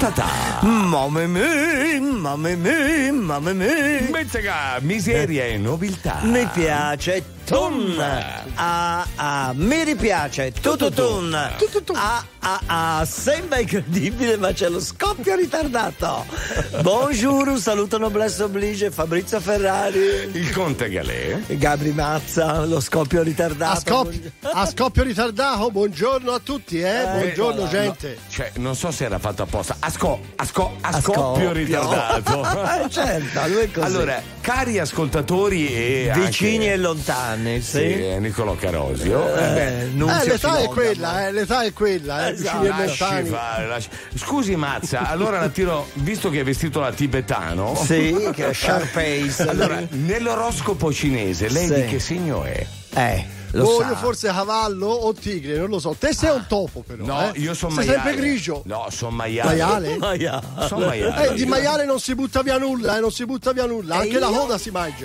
Tatà. Mamma mia. Mettega, miseria e nobiltà. Mi piace tun. Mi ripiace tututun. Sembra incredibile, ma c'è lo scoppio ritardato. Buongiorno, un saluto noblesse oblige, Fabrizio Ferrari, Il Conte Galè. Gabri Mazza, lo scoppio ritardato. A scoppio ritardato, buongiorno a tutti, buongiorno gente. Cioè, non so se era fatto apposta. A scoppio ritardato. Certo, lui è così. Allora, cari ascoltatori e vicini anche... e lontani, Sì, Niccolò Carosio. L'età è quella, l'età è quella, vicini e lontani. Scusi Mazza, allora la tiro, visto che è vestito da tibetano. Sì, che è Sharpace. Allora, nell'oroscopo cinese, lei di che segno è? Lo io forse cavallo o tigre, non lo so. Te sei un topo però. No, io sono sei maiale. sempre grigio. No, sono maiale. Sono maiale. Di maiale non si butta via nulla, non si butta via nulla. Anche la coda si mangia.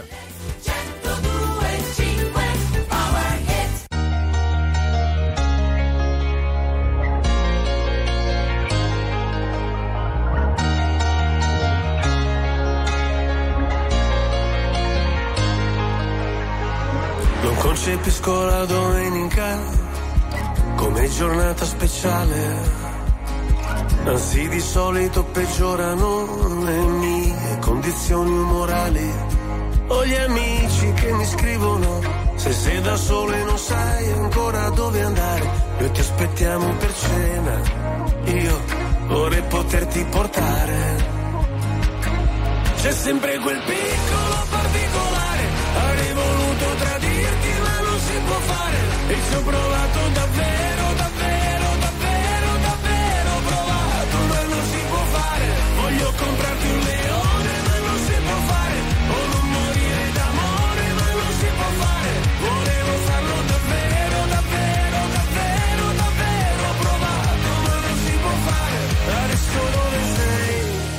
Concepisco la domenica come giornata speciale, anzi di solito peggiorano le mie condizioni umorali. Ho gli amici che mi scrivono: se sei da solo e non sai ancora dove andare, noi ti aspettiamo per cena, io vorrei poterti portare. C'è sempre quel piccolo particolare, avrei voluto tradirti ma non si può fare, e ci ho provato davvero, davvero, davvero, davvero provato, ma non si può fare. Voglio comprarti un leone ma non si può fare, o non morire d'amore ma non si può fare. Volevo farlo davvero, davvero, davvero, davvero provato, ma non si può fare. Adesso dove sei?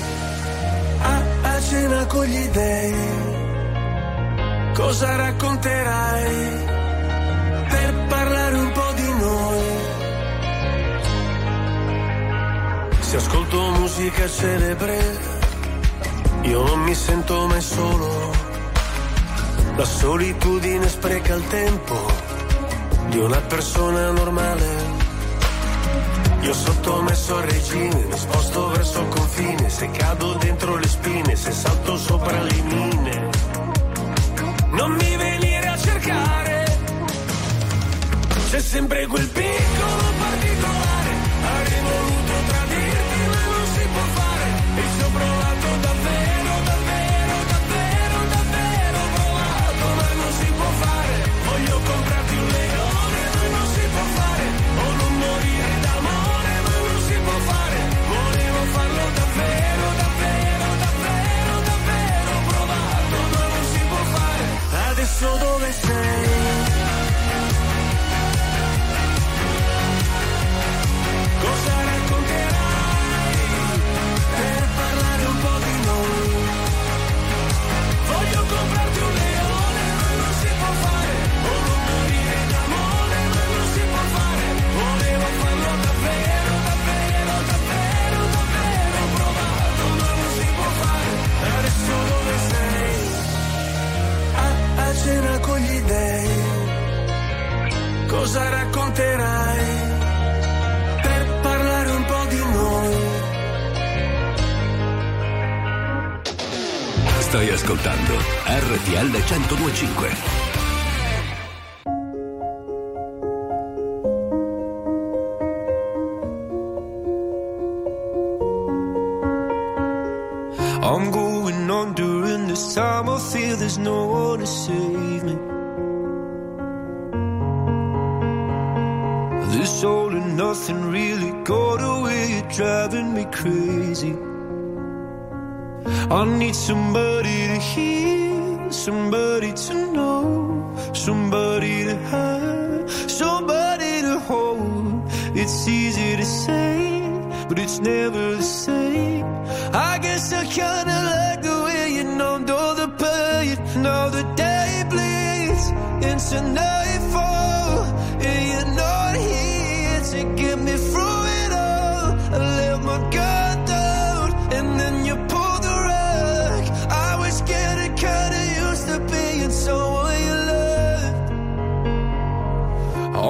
A cena con gli dèi, cosa racconterai per parlare un po' di noi? Se ascolto musica celebre, io non mi sento mai solo. La solitudine spreca il tempo di una persona normale. Io sottomesso al regime, mi sposto verso il confine, se cado dentro le spine, se salto sopra le mine. Non mi venire a cercare, c'è sempre quel piccolo particolare, avrei voluto tradirti ma non si può fare, e ci ho provato davvero, davvero, davvero, davvero provato, ma non si può fare. Voglio comprarti un leone ma non si può fare, o non morire d'amore ma non si può fare. Volevo farlo davvero, davvero, davvero, davvero provato, ma non si può fare. Adesso dove sei? Cosa racconterai per parlare un po' di noi? Voglio comprarti un leone ma non si può fare, o non morire d'amore ma non si può fare. Volevo farlo davvero, davvero, davvero, davvero provato, ma non si può fare. Adesso dove sei? A cena con gli dèi, cosa racconterai per parlare un po' di noi? Stai ascoltando RTL 102.5. I'm going on during this time. I feel there's no one to save me. This all and nothing really got away. You're driving me crazy. I need somebody to hear, somebody to know, somebody to have, somebody to hold. It's easy to say, but it's never the same. I guess I kinda like the way you numbed all the pain. Now the day bleeds into nightfall, and you're not here to get me through it all. I let my guard down.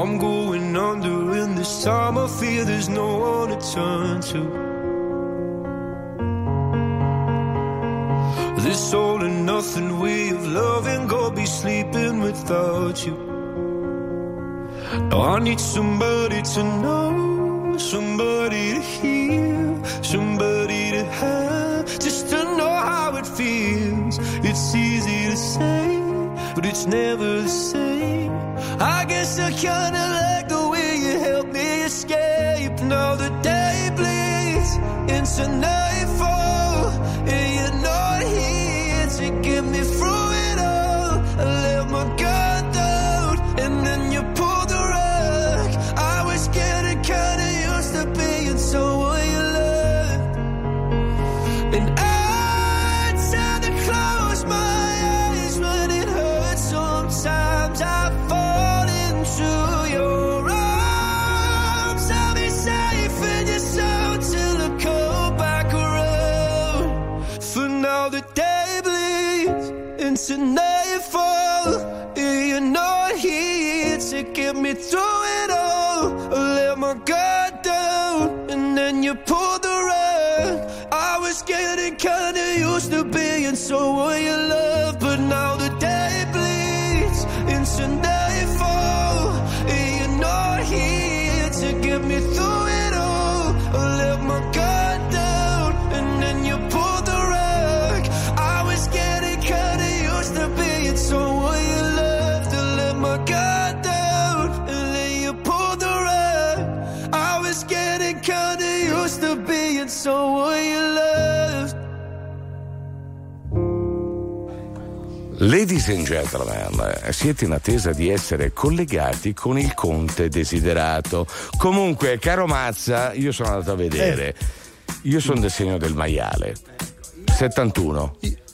I'm going under, and this time I fear there's no one to turn to. This all and nothing way of loving, go be sleeping without you. Now I need somebody to know, somebody to hear, somebody to have, just to know how it feels. It's easy to say, but it's never the same. I guess I kinda like the way you help me escape. Now the day bleeds into nightfall, and you're not here to get me through it all. I let my guard down, and then you pulled the rug. I was getting kinda used to being someone you loved, and I tend to close my eyes when it hurts. Sometimes I fall into your arms. I'll be safe in your soul till I come back around. For now the day bleeds into nightfall, and you're not here to get me through it all. I let my guard down, and then you pulled the rug. I was getting kinda used to being someone you love, but now the day bleeds into nightfall, and you're not here to get me through it all. I let my guard down, and then you pulled the rug. I was getting kinda used to being someone you loved. I let my guard down, and then you pulled the rug. I was getting kinda used to being someone you loved. Ladies and gentlemen, siete in attesa di essere collegati con il conte desiderato. Comunque, caro Mazza, io sono andato a vedere. Io sono del segno del maiale. 71.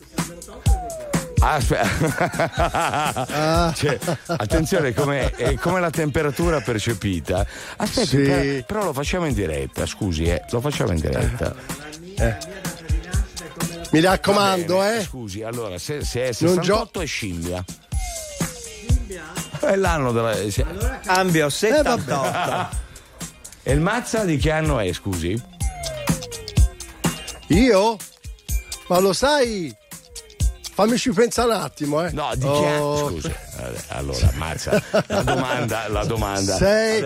Cioè, attenzione è come la temperatura percepita. Aspetti, Sì. però lo facciamo in diretta, scusi, lo facciamo in diretta. Mi raccomando, Va bene, scusi, allora se è Non 68 è scimmia. È l'anno della. Cambio 78. E il Mazza di che anno è, scusi? Io? Ma lo sai? Fammici pensare un attimo, No, di che anno? Scusi. Allora, Mazza, la domanda.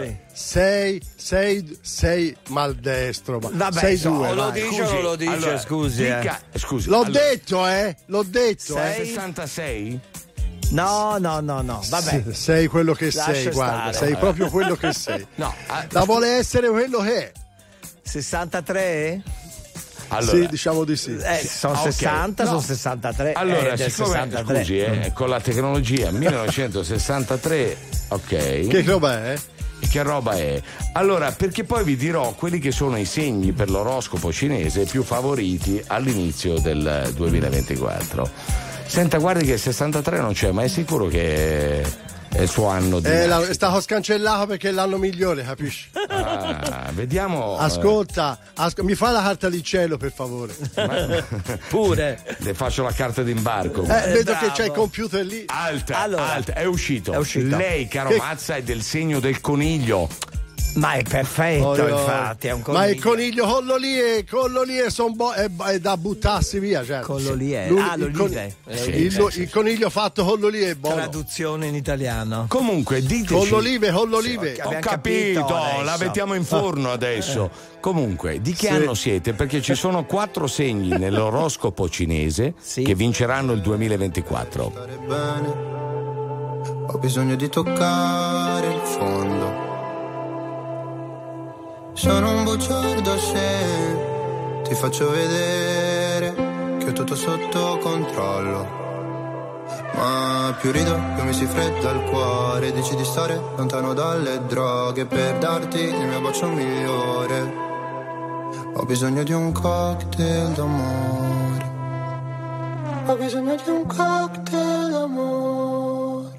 Sei maldestro. Vabbè, sei insomma, due. lo vai. dice o non lo dice, Allora, scusi. Scusi. L'ho allora, detto. Sei? 66? No, vabbè. Sei quello che Lascia sei, guarda, stare. sei proprio quello che sei. No, La vuole essere quello che è. 63? allora, Sì, diciamo di sì. Sono ok. 60, No. sono 63. Allora, del siccome 63. scusi, con la tecnologia 1963, ok. Che roba è? Che roba è? Allora, perché poi vi dirò quelli che sono i segni per l'oroscopo cinese più favoriti all'inizio del 2024. Senta, guardi che il 63 non c'è, ma è sicuro che è il suo anno di È nascita? stato scancellato perché è l'anno migliore, capisci? Vediamo. Ascolta, mi fa la carta di cielo, per favore. Pure. Le faccio la carta d'imbarco. Vedo bravo. che c'è il computer lì. Alta, Allora, alta, è uscito. uscito. Lei, caro Che- Mazza, è del segno del coniglio. Ma è perfetto, infatti, è un coniglio. Ma il coniglio quello lì è è da buttarsi via, certo. Quello lì è. Lui- l'olive. il coniglio fatto con l'olive è buono. Traduzione in italiano. Comunque, diteci. Con l'olive. Ho Abbiamo capito, capito adesso. la mettiamo in forno adesso. Comunque, di che Sì. anno siete? Perché ci sono 4 segni nell'oroscopo cinese Sì. che vinceranno il 2024. Stare bene, ho bisogno di toccare il fondo. Sono un bugiardo se ti faccio vedere che ho tutto sotto controllo. Ma più rido, più mi si fredda il cuore. Dici di stare lontano dalle droghe per darti il mio bacio migliore. Ho bisogno di un cocktail d'amore. Ho bisogno di un cocktail d'amore.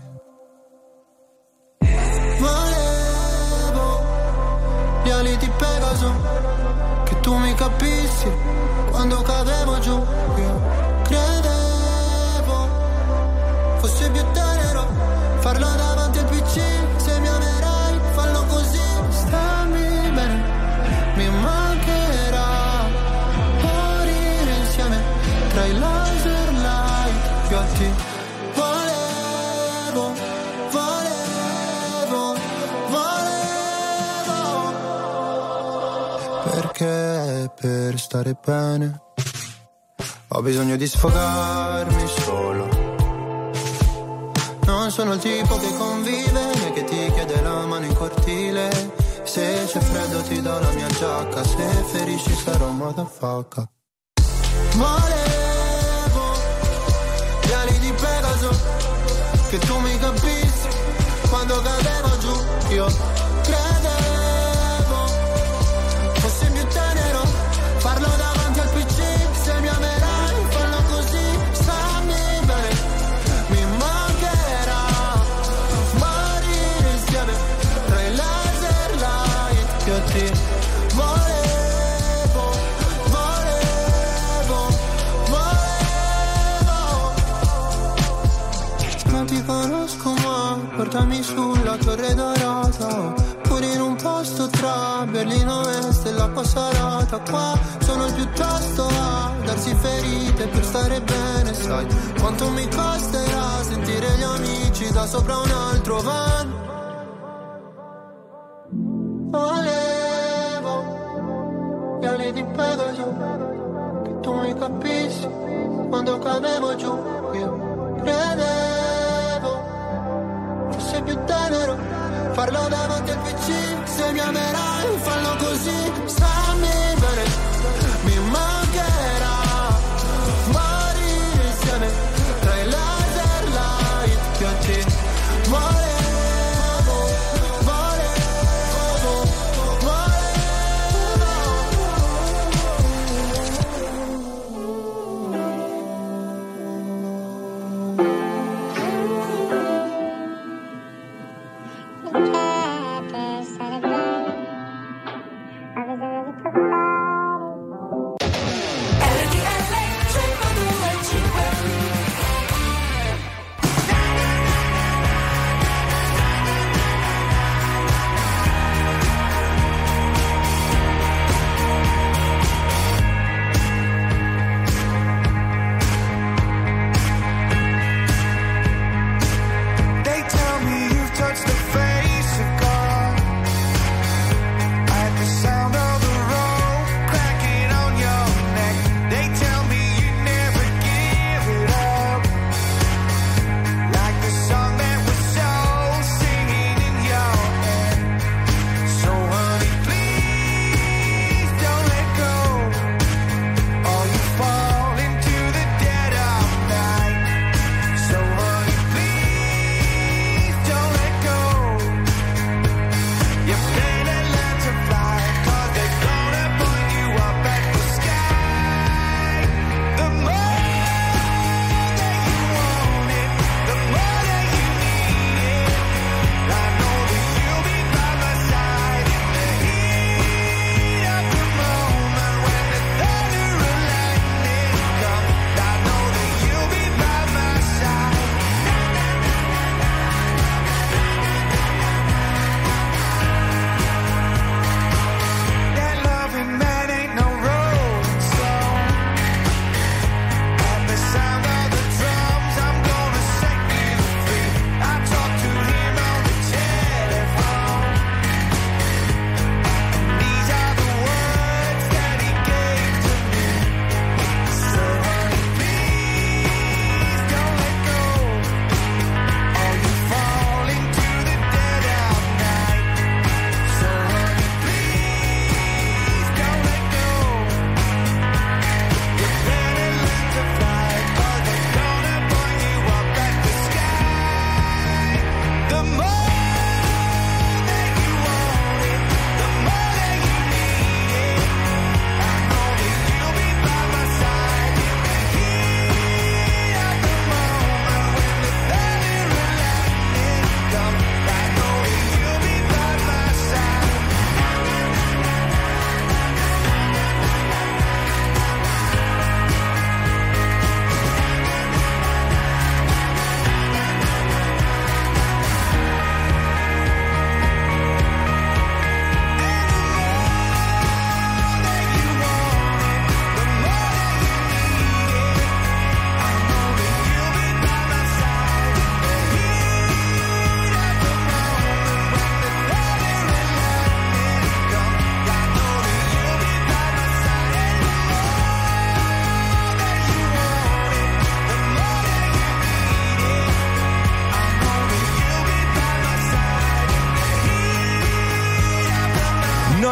Volevo gli ali di Pegaso, che tu mi capissi quando cadevo giù. Io credevo fosse più tenero farlo davanti al PC, se mi amerai cose per stare bene. Ho bisogno di sfogarmi solo. Non sono il tipo che convive né che ti chiede la mano in cortile. Se c'è freddo ti do la mia giacca, se ferisci sarò motherfucker. Volevo gli ali di Pegaso, che tu mi capissi quando cadevo giù. Io credevo fossi più tenero, farlo davanti al PC. Se mi amerai fallo così, stammi bene. Mi mancherà morire insieme tra i laser light. Io ti volevo. Non ti conosco ma portami sulla Torre Dorata, pure in un posto tra Berlino Est e la Passarata. Qua sono piuttosto a darsi ferite per stare bene. Sai quanto mi costerà sentire gli amici da sopra un altro van. Volevo gli ali di Pegaso, che tu mi capissi quando cadevo giù. Io credevo fosse più tenero, farlo davanti al PC. Se mi amerai fallo così, stammi bene. Mi mancherà morire insieme tra i laser light. Io ti volevo. They tell me you've touched the face of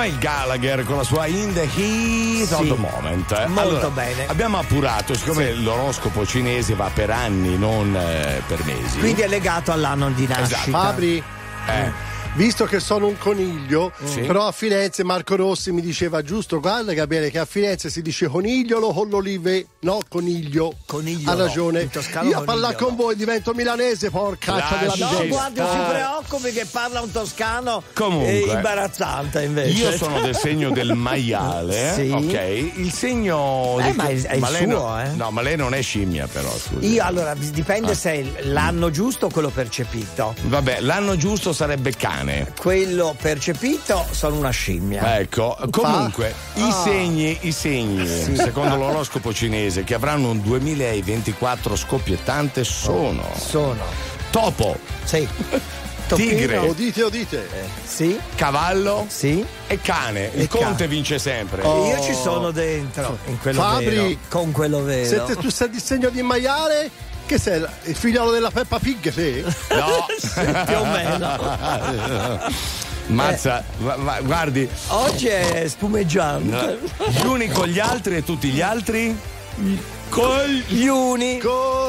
Noel Gallagher con la sua In the Heat of the Moment. Molto bene. Abbiamo appurato, siccome l'oroscopo cinese va per anni, non per mesi. Quindi è legato all'anno di nascita. Esatto. Fabri, visto che sono un coniglio, Sì. però a Firenze Marco Rossi mi diceva giusto, guarda Gabriele, che a Firenze si dice conigliolo con l'olive, no coniglio. Conigliolo. Ha ragione. In toscano Io a parlare conigliolo. con voi divento milanese, porca della Lasci No, miseria. guarda, si preoccupi che parla un toscano Comunque, imbarazzante invece. Io sono del segno del maiale, Sì. ok? Il segno ma è il lei suo, No, ma lei non è scimmia, però, scusi. Io allora dipende se è l'anno giusto o quello percepito. Vabbè, l'anno giusto sarebbe cane. Quello percepito sono una scimmia. Ecco, comunque i segni secondo l'oroscopo cinese che avranno un 2024 scoppiettante sono topo, Sì. tigre, Udite. Sì. cavallo Sì. e cane. E Il conte cane. vince sempre. Io ci sono dentro in quello Fabri, vero. Con quello vero. Se tu sei di segno di maiale, che sei il figliolo della Peppa Pig, sì? No, Più o meno. Mazza, guardi, Oggi è spumeggiante. gli uni con gli altri e tutti gli altri con Gli uni.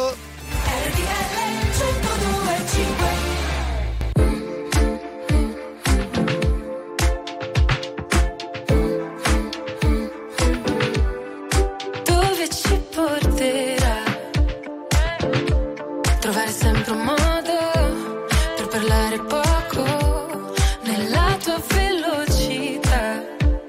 Dove ci porterà? Trovare sempre un modo per parlare poco nella tua velocità.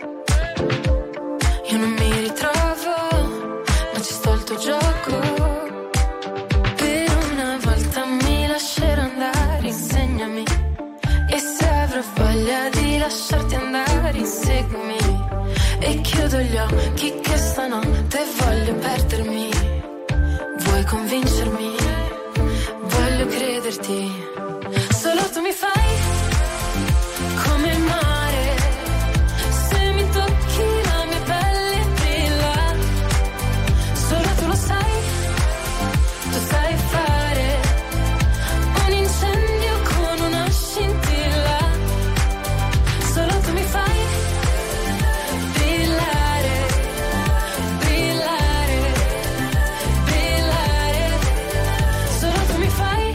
Io non mi ritrovo, ma ci sto al tuo gioco. Per una volta mi lascerò andare, insegnami. E se avrò voglia di lasciarti andare, inseguimi. E chiudo gli occhi che stanotte voglio perdermi. Vuoi convincermi? Voglio crederti. Solo tu mi fai come il mare. Se mi tocchi la mia pelle brilla. Solo tu lo sai. Tu sai fare un incendio con una scintilla. Solo tu mi fai brillare, brillare, brillare. Solo tu mi fai.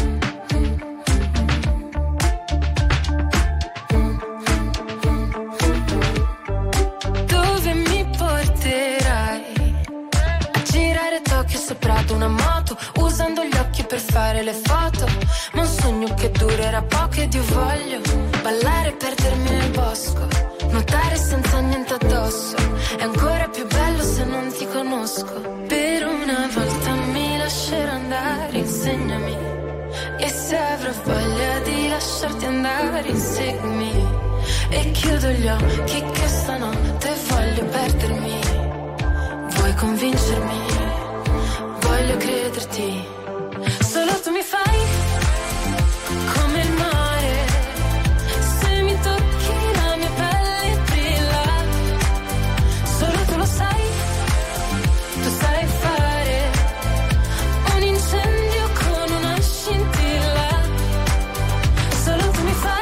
Dove mi porterai? A girare Tokyo sopra ad una moto, usando gli occhi per fare le foto. Ma un sogno che durerà poco ed io voglio ballare e perdermi nel bosco, nuotare senza niente addosso. È ancora più bello se non ti conosco. Per una volta mi lascerò andare, insegnami. E se avrò voglia di lasciarti andare, inseguimi. E chiudo gli occhi che stanotte voglio perdermi. Vuoi convincermi? Voglio crederti. Solo tu mi fai come il mare. Se mi tocchi la mia pelle brilla. Solo tu lo sai. Tu sai fare un incendio con una scintilla. Solo tu mi fai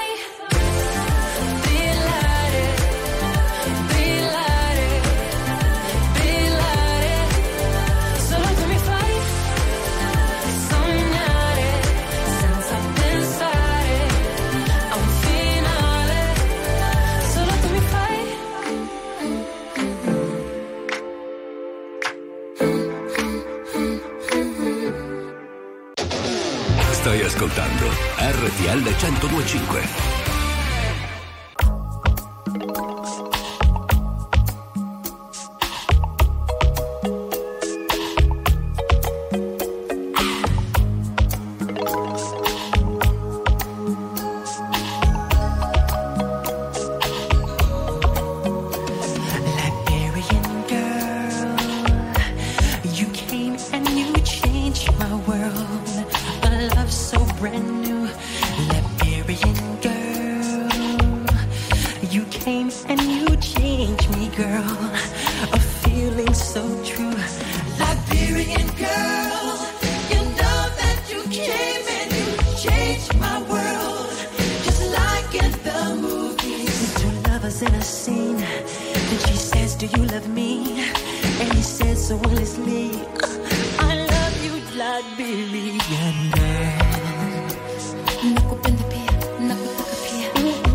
brillare, brillare, brillare. Solo tu mi fai sognare senza pensare a un finale. Solo tu mi fai. Stai ascoltando RTL 102.5. Liberian girl, you came and you changed my world. A love so brand new. Liberian girl, you came and you changed me, girl. A feeling so true. Liberian girl, you know that you came and you changed my world. Just like in the movies. Two lovers in a scene. Then she says, do you love me? And he says, so will it sleep? I love you, Liberian girl. Nakupenda pia, nakutaka pia.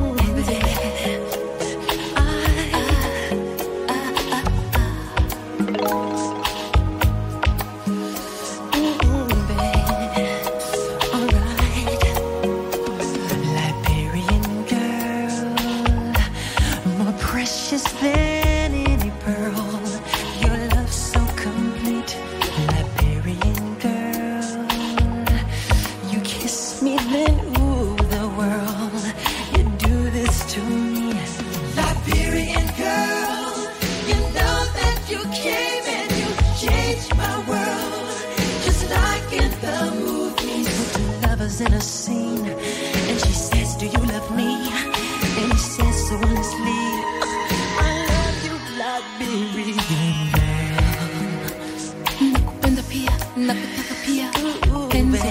Than any pearl, your love's so complete, Liberian girl. You kiss me, then ooh, the world. You do this to me, Liberian girl. You know that you came and you changed my world, just like in the movies. Two lovers in a scene, and she says, do you love me? And he says, so will it sleep? Nakupenda pia, nakutaka pia. Enzi.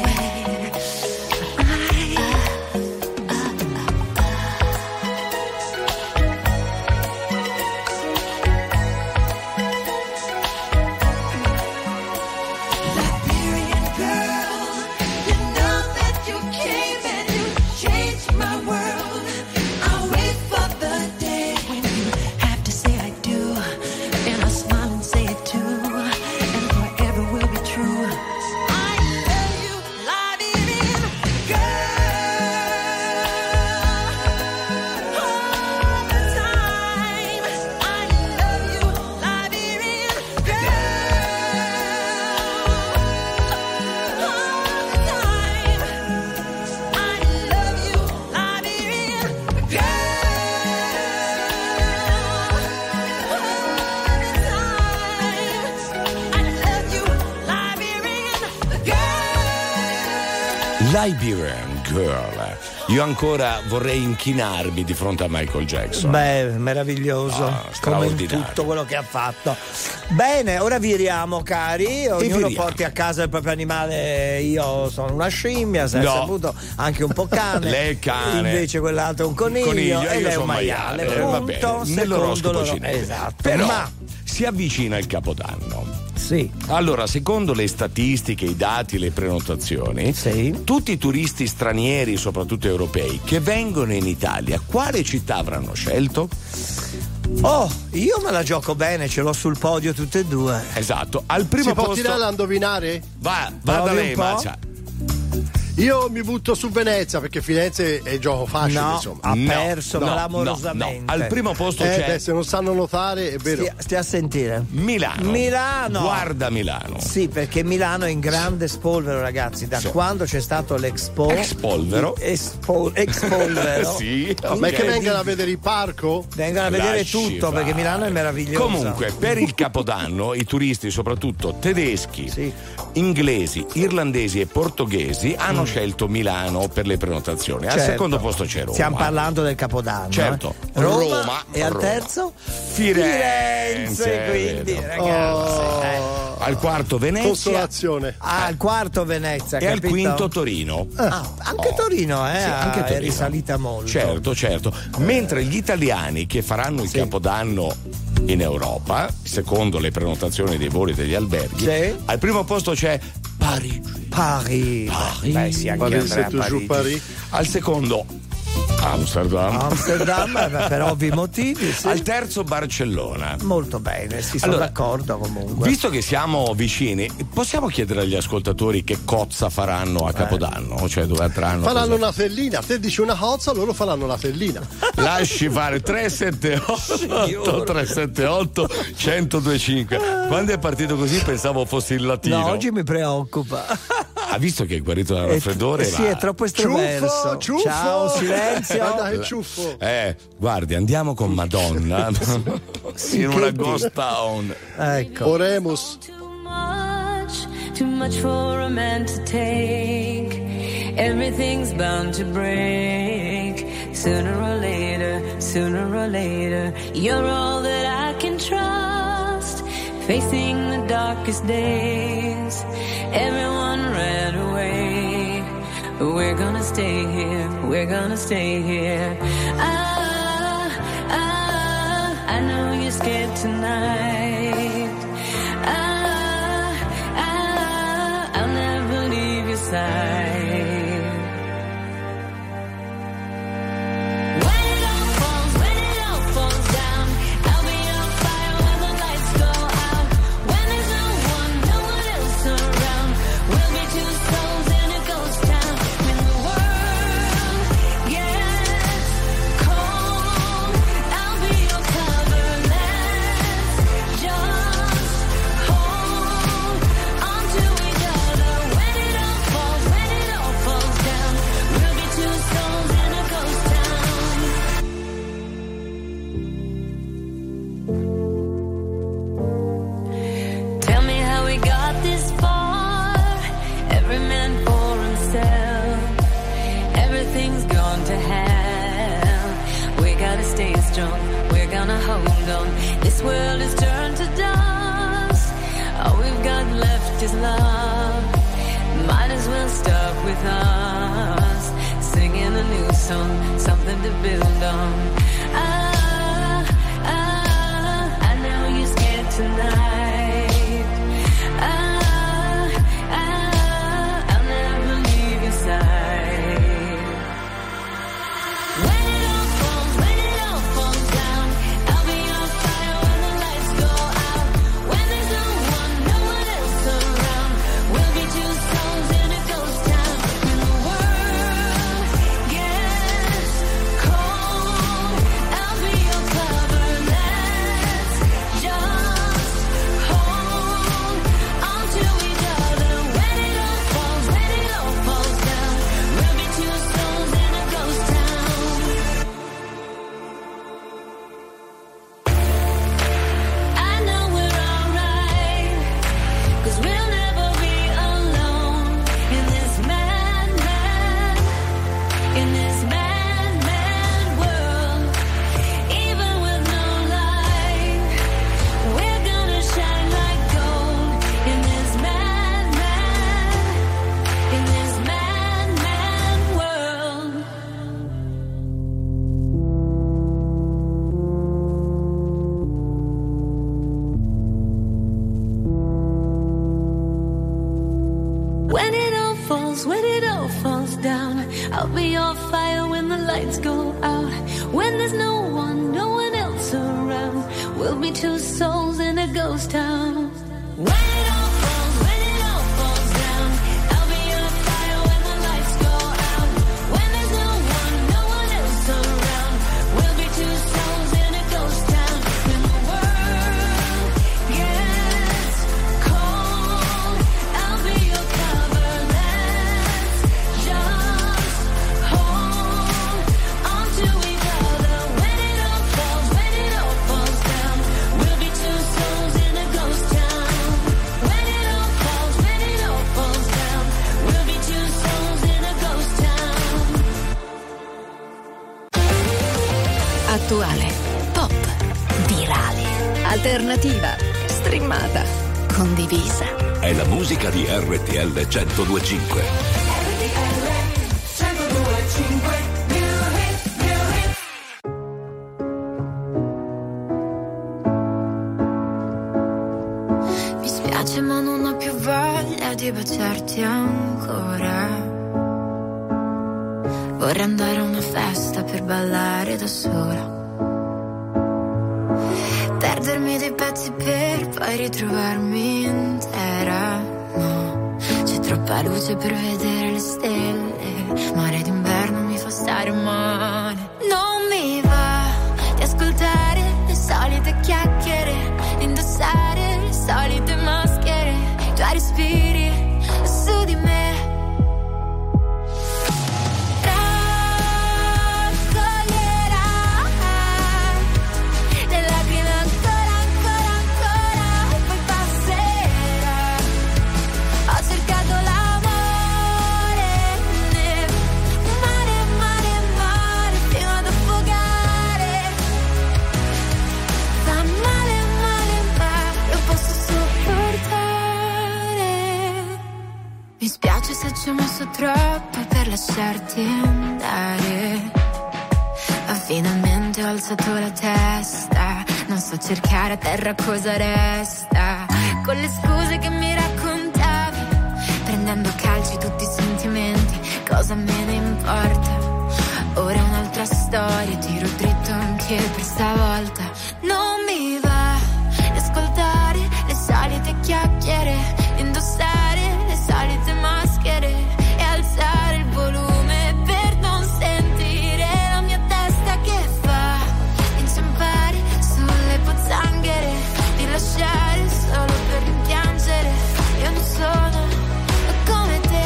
Liberian girl, you know that you came and you changed my world. I'll wait for the day when you have to say I do, and I'll smile and say it too, and forever will be true. I love you, Liberian girl, all the time. I love you, Liberian girl, all the time. I love you, Liberian Liberian Girl. Io ancora vorrei inchinarmi di fronte a Michael Jackson. Beh, meraviglioso, come in straordinario. tutto quello che ha fatto. Bene, ora viriamo, cari. Ognuno viriamo. porti a casa il proprio animale. Io sono una scimmia, sei No. saputo, anche un po' cane. Lei è cane. Invece quell'altro è un coniglio, e io lei è sono un maiale. Va Punto, bene, nell'oroscopo secondo cinese. Esatto. Però Ma si avvicina il Capodanno. sì, Allora, secondo le statistiche, i dati, le prenotazioni, Sì. tutti i turisti stranieri, soprattutto europei, che vengono in Italia, quale città avranno scelto? oh, io me la gioco bene, ce l'ho sul podio tutte e due. Esatto, al primo Si può posto tirare a indovinare? va Provi da un lei, po'? Macia. Io mi butto su Venezia perché Firenze è gioco facile, No, insomma. ha No, perso no, clamorosamente. no. Al primo posto c'è Beh, se non sanno notare, è vero. Stia a sentire. Milano. Milano. Guarda Milano. Sì, perché Milano è in grande spolvero, ragazzi, da quando c'è stato l'Expo. Expolvero. Expolvero. Sì, Ma è che ok. vengano a vedere il parco? Vengono a vedere Lasci tutto, fare. perché Milano è meravigliosa. Comunque, per il Capodanno, i turisti, soprattutto tedeschi, Sì. inglesi, irlandesi e portoghesi, hanno scelto Milano per le prenotazioni. Al Certo. secondo posto c'è Roma. Stiamo parlando del Capodanno. Certo. Roma. E al Roma. terzo? Firenze, quindi, vedo. ragazzi. Al quarto Venezia. Consolazione. Al quarto Venezia, E al capito? quinto Torino. Anche Torino, Sì, anche è Torino. risalita molto. Certo. Mentre gli italiani che faranno il Capodanno in Europa, secondo le prenotazioni dei voli degli alberghi, Sì. al primo posto c'è Parigi. Paris. Beh, sì, anche Paris, Andrea c'est toujours Parigi. Paris. Al secondo Amsterdam. Amsterdam, per ovvi motivi, sì. Al terzo Barcellona. Molto bene, si sono Allora, d'accordo comunque. Visto che siamo vicini, possiamo chiedere agli ascoltatori che cozza faranno a Capodanno? Cioè dove andranno? Faranno cosa- una tellina. Te dici una cozza, loro faranno una tellina. Lasci fare 378 378 1025. Quando è partito così pensavo fosse il latino. No, oggi mi preoccupa. Ha visto che è guarito dal raffreddore? Sì, va. è troppo estroverso. Ciuffo! Ciao, silenzio. Guarda che ciuffo. Guardi, andiamo con Madonna in una ghost town. Ecco. Oremus. Too much for a man to take. Everything's bound to break. Sooner or later, you're all that I can trust. Facing the darkest days, everyone ran away. We're gonna stay here, I know you're scared tonight. I'll never leave your side. We're gonna hold on. This world is turned to dust. All we've got left is love. Might as well start with us, singing a new song, something to build on. I know you're scared tonight. I'll never leave your side. I'll be your fire when the lights go out. When there's no one else around. We'll be two souls in a ghost town. When it all falls down. I'll be your fire when the lights go out. When there's no one else around. We'll be two souls in a ghost town. When the world gets cold, I'll be your cover. Let's just hold on to each other. When it all falls down, we'll be two souls in a ghost town. When it all falls down, we'll be two souls in a ghost town. Attuale, pop, virale, alternativa, streamata, condivisa. È la musica di RTL 102.5. Mi spiace ma non ho più voglia di baciarti ancora. Vorrei andare a una festa per ballare da sola. Perdermi dei pezzi per poi ritrovarmi intera. No, c'è troppa luce per vedere le stelle. Mare d'inverno mi fa stare male. Non mi va di ascoltare le solite chiacchiere, indossare le solite maschere, i tuoi respiri su di me. Mi spiace se ci ho messo troppo per lasciarti andare, ma finalmente ho alzato la testa, non so cercare a terra cosa resta. Con le scuse che mi raccontavi, prendendo a calci tutti i sentimenti, cosa me ne importa? Ora è un'altra storia, tiro dritto anche per stavolta. Non mi va di ascoltare le solite chiacchiere, indossare le solite maschere e alzare il volume per non sentire la mia testa che fa inciampare sulle pozzanghere, di lasciare solo per rimpiangere. Io non sono come te.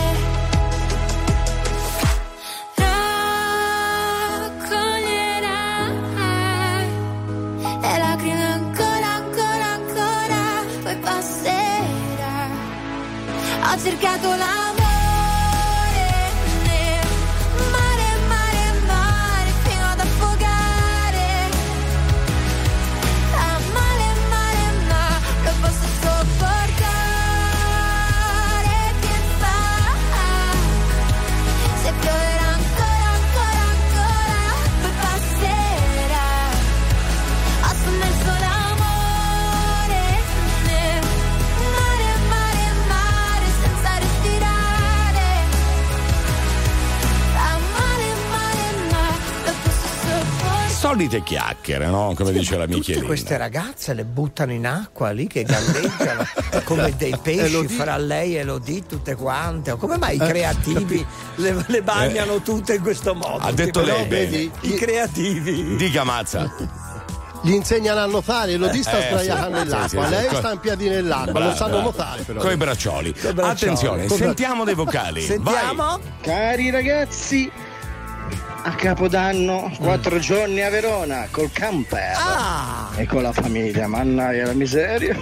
Ho cercato l'amore nel mare, mare, mare, fino ad affogare. Ah, male, male, ma lo posso sopportare. Che fa? Se pioverà ancora, ancora, ancora, poi passerà. Ho sommerso l'amore nel mare, mare, mare, senza respirare. Fa male, male, ma lo posso sopportare. Solite chiacchiere, no? Come dice la Tutte Michelina. queste ragazze le buttano in acqua lì che galleggiano come dei pesci fra lei e Elodie, tutte quante. Come mai i creativi le bagnano tutte in questo modo? Ha detto lei, vedi? I creativi. Dica Mazza. Gli insegnano a nuotare, Elodie sta sdraiata nell'acqua, sì, sì. lei sta in piedi nell'acqua, Brava, non sanno brava. nuotare però. Coi braccioli. braccioli. Attenzione, sentiamo dei vocali. Sentiamo? Cari ragazzi, a Capodanno 4 giorni a Verona col camper e con la famiglia, mannaia la miseria.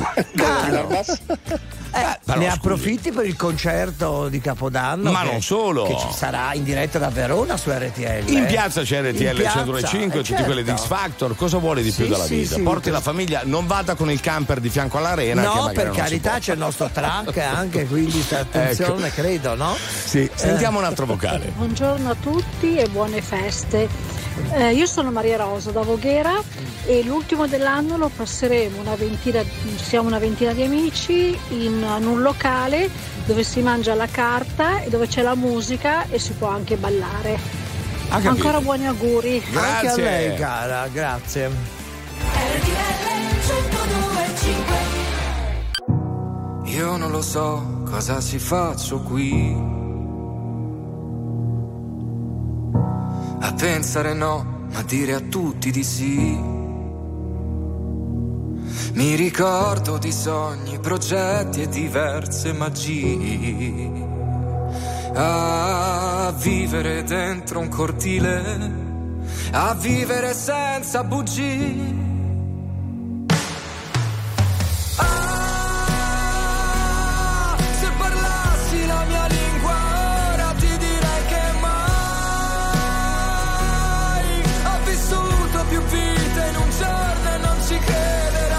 Però, ne scusi. approfitti per il concerto di Capodanno, Ma non solo. che ci sarà in diretta da Verona su RTL. In piazza c'è RTL In piazza, 105, tutti certo. quelli di X Factor. Cosa vuole di più Sì, dalla sì, vita? sì. Porti la famiglia, non vada con il camper di fianco all'arena. che No, magari per non si carità, può. c'è il nostro track anche, quindi attenzione, credo, no? Sì, sentiamo un altro vocale. Buongiorno a tutti e buone feste. Io sono Maria Rosa da Voghera e l'ultimo dell'anno lo passeremo siamo una ventina di amici in un locale dove si mangia la carta e dove c'è la musica e si può anche ballare. Ha capito. Ancora buoni auguri. Anche a Grazie. lei, cara, grazie. Io non lo so cosa ci faccio qui, a pensare no, ma dire a tutti di sì. Mi ricordo di sogni, progetti e diverse magie, a vivere dentro un cortile, a vivere senza bugie. Se parlassi la mia lingua ora ti direi che mai ho vissuto più vite in un giorno e non ci crederai.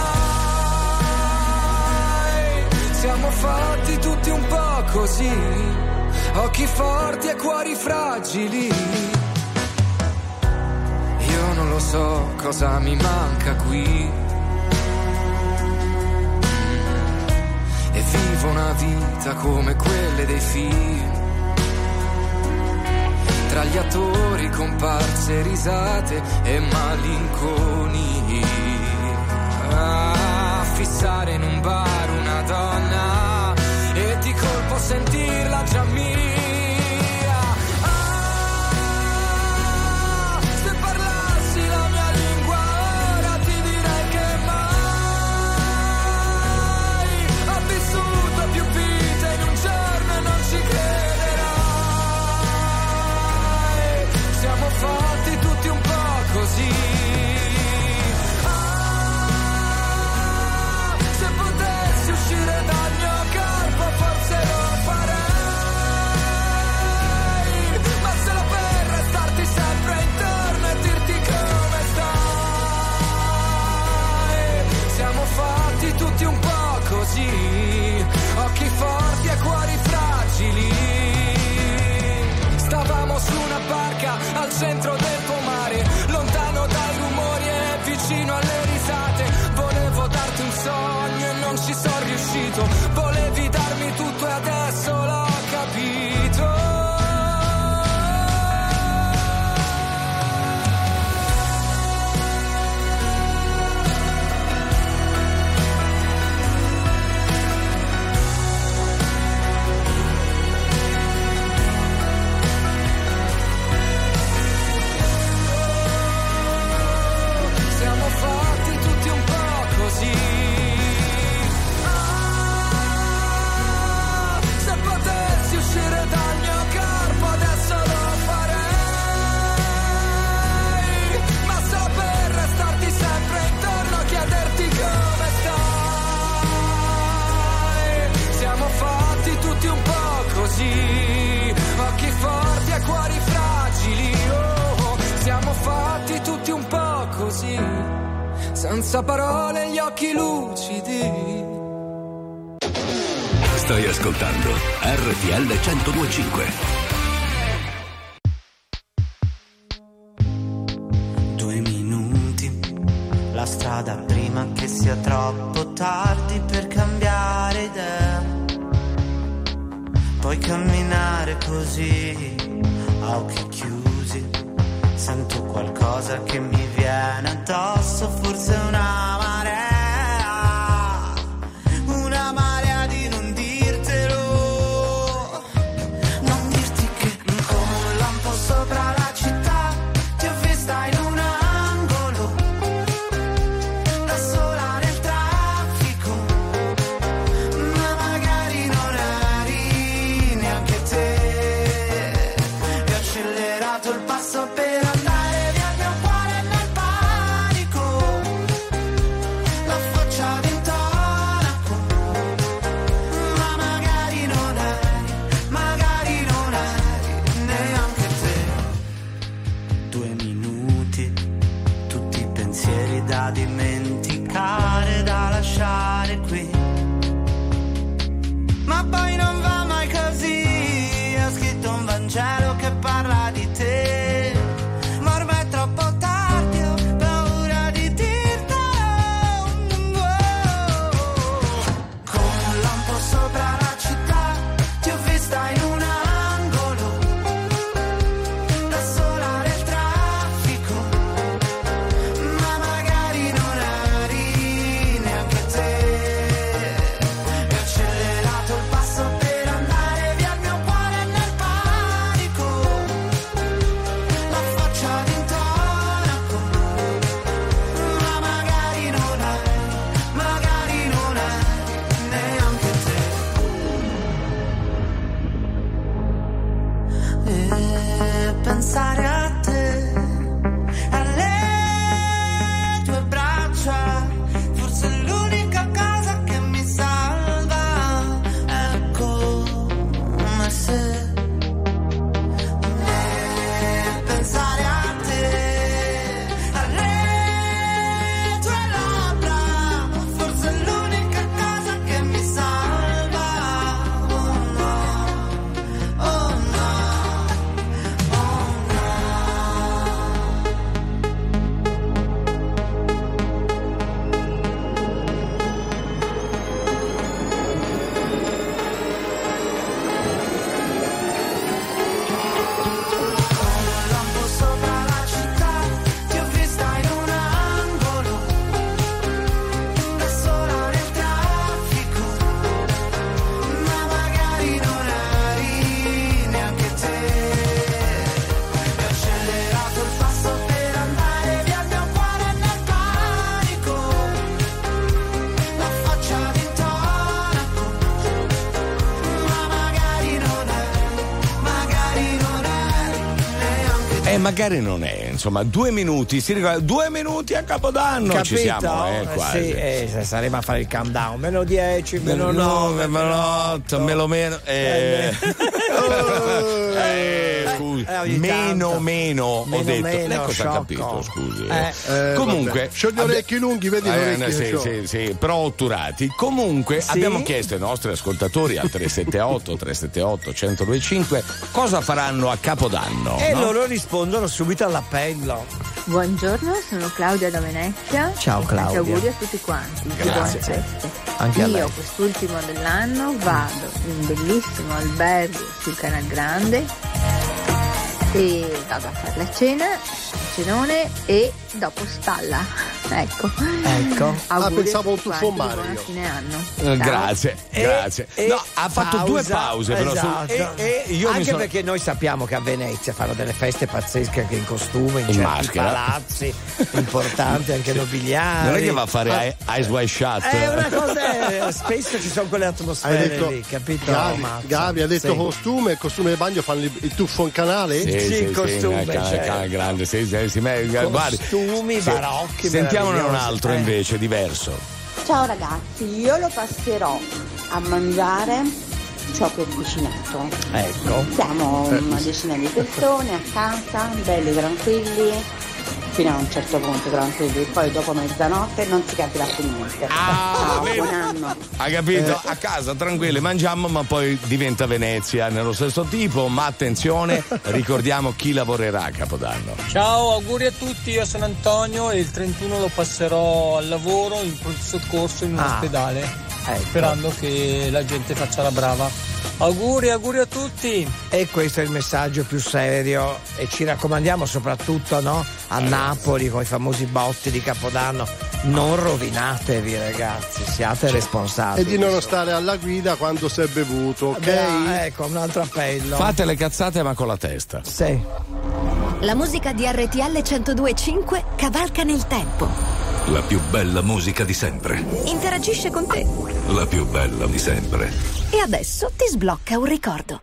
Siamo fatti tutti un po' così, occhi forti e cuori fragili. Io non lo so cosa mi manca qui, e vivo una vita come quelle dei film, tra gli attori, comparse, risate e malinconia, a fissare in un bar una donna e di colpo sentirla già mia. Se parlassi la mia lingua ora ti direi che mai ho vissuto più vite in un giorno e non ci crederai. Siamo fatti tutti un po' così. Se potessi uscire dal mio corpo forse lo farei. senza parole gli occhi lucidi. Stai ascoltando RTL 102.5. 2 minuti, la strada prima che sia troppo tardi per cambiare idea. Puoi camminare così, a occhi chiusi. Sento qualcosa che mi viene addosso, forse una marea di non dirtelo. Non dirti che come un lampo sopra la città ti ho vista in un angolo, da sola nel traffico, ma magari non eri neanche te. E ho accelerato il passo per andare via, il mio cuore nel panico, la faccia d'intonaco, ma magari non eri neanche te. 2 minuti, tutti i pensieri da dimenticare, da lasciare qui. Ma poi non va mai così, ho scritto un Vangelo che parla di te, ma ormai è troppo tardi, ho paura di dirtelo. Come un lampo sopra la città ti ho vista in un angolo, da sola nel traffico, ma magari non eri neanche te. E ho accelerato il passo per andare via, il mio cuore nel panico, la faccia d'intonaco, ma magari non eri neanche te. E pensare a te, alle tue braccia, forse è l'unica cosa che mi salva. È come se pensare a te, alle tue labbra, forse è l'unica cosa che mi salva. Oh no, oh no, oh un lampo sopra la città ti ho vista in un angolo, da sola nel traffico, ma magari non eri neanche te. E ho accelerato il passo per andare via, il mio cuore nel panico, la faccia d'intonaco, ma magari non eri neanche te. Magari non è, insomma, 2 minuti, si ricorda, 2 minuti a Capodanno. Capito? Ci siamo, quasi. Sì, saremo a fare il countdown. Meno 10, meno 9, meno 8, meno meno. Scusi, meno, ho detto. Lei cosa ha capito, scusi? Comunque, c'ho gli orecchi lunghi, vedi gli orecchi. Sì, però otturati. Comunque, abbiamo chiesto ai nostri ascoltatori al 378 1025 cosa faranno a Capodanno. E loro rispondono subito all'appello. Buongiorno, sono Claudia da Venezia. Ciao Claudia. Tanti auguri a tutti quanti. Grazie. Buone feste. Anche a lei. Io quest'ultimo dell'anno vado in un bellissimo albergo sul Canal Grande e vado a fare la cena, cenone e dopo spalla. Ecco. Auguri pensavo un tuffo buon fine anno. Grazie. No, ha fatto 2 pause però. Esatto. Io anche perché noi sappiamo che a Venezia fanno delle feste pazzesche anche in costume, in certi maschera, palazzi importanti, anche nobiliari. Non è che va a fare Eyes Wide Shut. È una cosa, spesso ci sono quelle atmosfere lì, capito? Gabi ha detto costume, il costume del bagno fanno il tuffo in canale? Sì, costume, canale grande, guardi. Costumi barocchi. Sentiamone un altro invece diverso. Ciao ragazzi, io lo passerò a mangiare ciò che ho cucinato. Ecco. Siamo una decina di persone a casa, belli tranquilli, fino a un certo punto, tranquilli, poi dopo mezzanotte non si capirà più niente. Ciao, buon anno. Ha capito? A casa tranquilli mangiamo, ma poi diventa Venezia nello stesso tipo. Ma attenzione, ricordiamo chi lavorerà a Capodanno. Ciao, auguri a tutti, io sono Antonio e il 31 lo passerò al lavoro in pronto soccorso in un ospedale, sperando che la gente faccia la brava. Auguri a tutti. E questo è il messaggio più serio, e ci raccomandiamo soprattutto, no? A Napoli con i famosi botti di Capodanno, non rovinatevi ragazzi, siate responsabili. E di non stare alla guida quando si è bevuto, ok? Ecco, un altro appello. Fate le cazzate ma con la testa. Sì. La musica di RTL 102.5 cavalca nel tempo. La più bella musica di sempre. Interagisce con te. La più bella di sempre. E adesso ti sblocca un ricordo.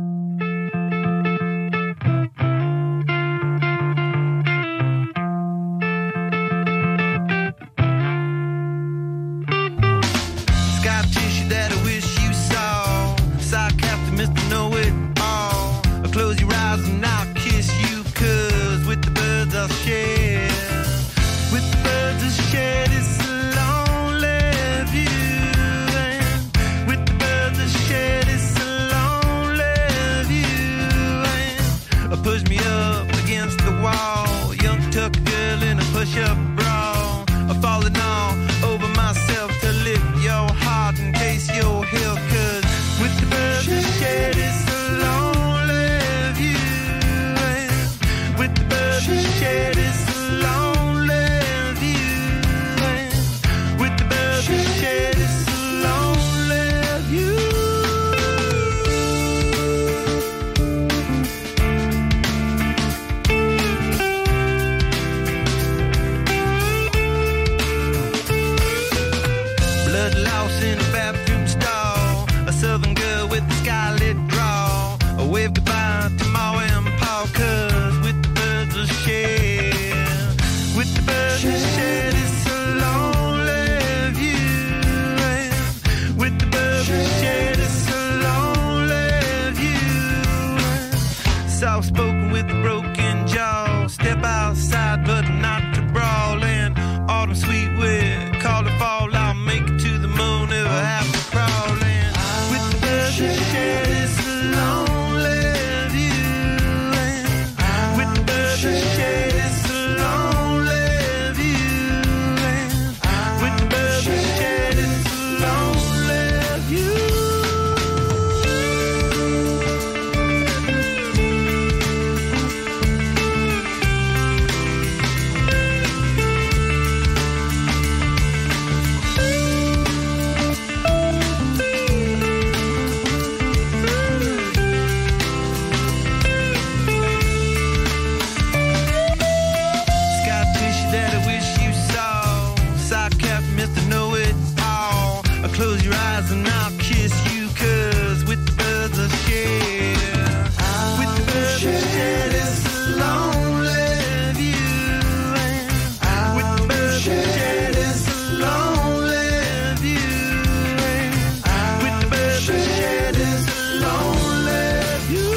Scar tissue that I wish you saw. Sarcastic Mr. Know-It-All. Close your eyes and I'll kiss you, 'cause with the birds I'll share. With the birds I'll share this lonely view. And with the birds I'll share this lonely view. And push me up against the wall. Young tuck girl in a push-up bra. I'm falling all over myself to lift your heart and taste your hill. 'Cause with the birds I'll share this lonely view. And with the birds I'll share this lonely view. And with the birds I'll share this lonely view. Blood loss in a bathroom stall. A southern girl with a scarlet draw. A wave goodbye to Ma and Pa, 'cause with the birds I'll share. With the birds I'll share this lonely view. And with the birds I'll share this lonely view. Soft spoken with a broken jaw. Step outside but not to brawl. And autumn sweet with call to fall. I'll make it to the moon if I have to crawl. And with the birds I'll share this lonely view. And with the birds I'll share this lonely view. And with the birds I'll share this lonely view. Scar tissue that I wish you saw. Sarcastic Mr. Know-It-All. Close your eyes and I'll kiss you, 'cause with the birds I'll share. With the birds I'll share this lonely view. And with the birds I'll share this lonely view. And with the birds I'll share this lonely view.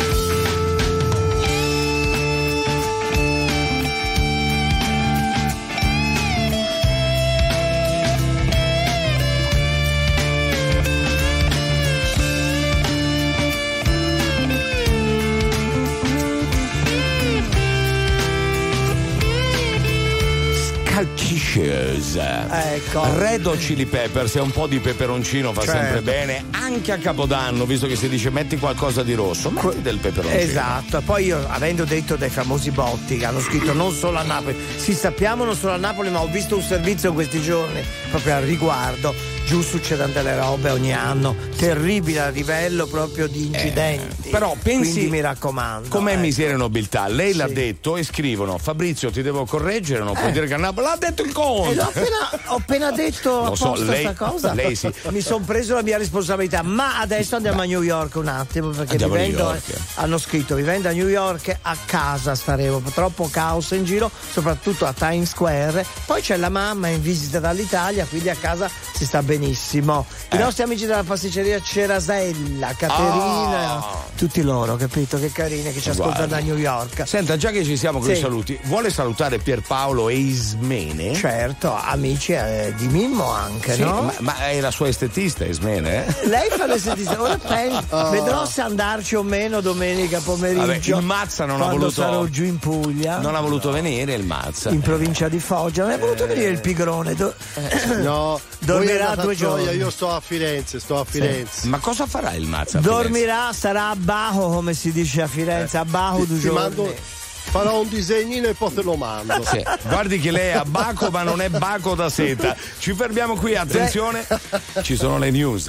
Calcicious. Ecco. Red Hot Chili Peppers, e un po' di peperoncino fa Certo. sempre bene, anche a Capodanno, visto che si dice metti qualcosa di rosso, metti del peperoncino. Esatto, poi io, avendo detto dei famosi botti che hanno scritto non solo a Napoli, sì, sappiamo non solo a Napoli, ma ho visto un servizio in questi giorni proprio al riguardo. Giù succedono delle robe ogni anno terribili a livello proprio di incidenti. Però pensi, quindi mi raccomando, com'è miseria e nobiltà? Lei Sì. l'ha detto e scrivono: Fabrizio, ti devo correggere, non puoi dire che a Napoli l'ha detto il conte. Ho appena detto Lo so, apposta lei- sta cosa. lei sì. Mi sono preso la mia responsabilità, ma adesso andiamo a New York un attimo, perché Andiamo a New vivendo, York. hanno scritto vivendo a New York a casa staremo, troppo caos in giro, soprattutto a Times Square. Poi c'è la mamma in visita dall'Italia, quindi a casa si sta benissimo. benissimo. I nostri amici della pasticceria Cerasella, Caterina, tutti loro, capito? Che carini che ci ascoltano da New York. Senta, già che ci siamo con i saluti, vuole salutare Pierpaolo e Ismene? Certo, amici di Mimmo anche, no? Ma è la sua estetista, Ismene? Lei fa l'estetista, ora vedrò se andarci o meno domenica pomeriggio. Vabbè, il Mazza non ha quando voluto. Sarò giù in Puglia. Non ha voluto venire il Mazza. In provincia di Foggia, non è voluto venire il Pigrone. No, dormirà 2 giorni. Io sto a Firenze. Sì. Ma cosa farà il Mazza? Dormirà, sarà a Bajo, come si dice a Firenze, a Bajo 2 giorni. Farò un disegnino e poi te lo mando. Sì. Guardi che lei è a Baco, ma non è Baco da seta. Ci fermiamo qui, attenzione, ci sono le news.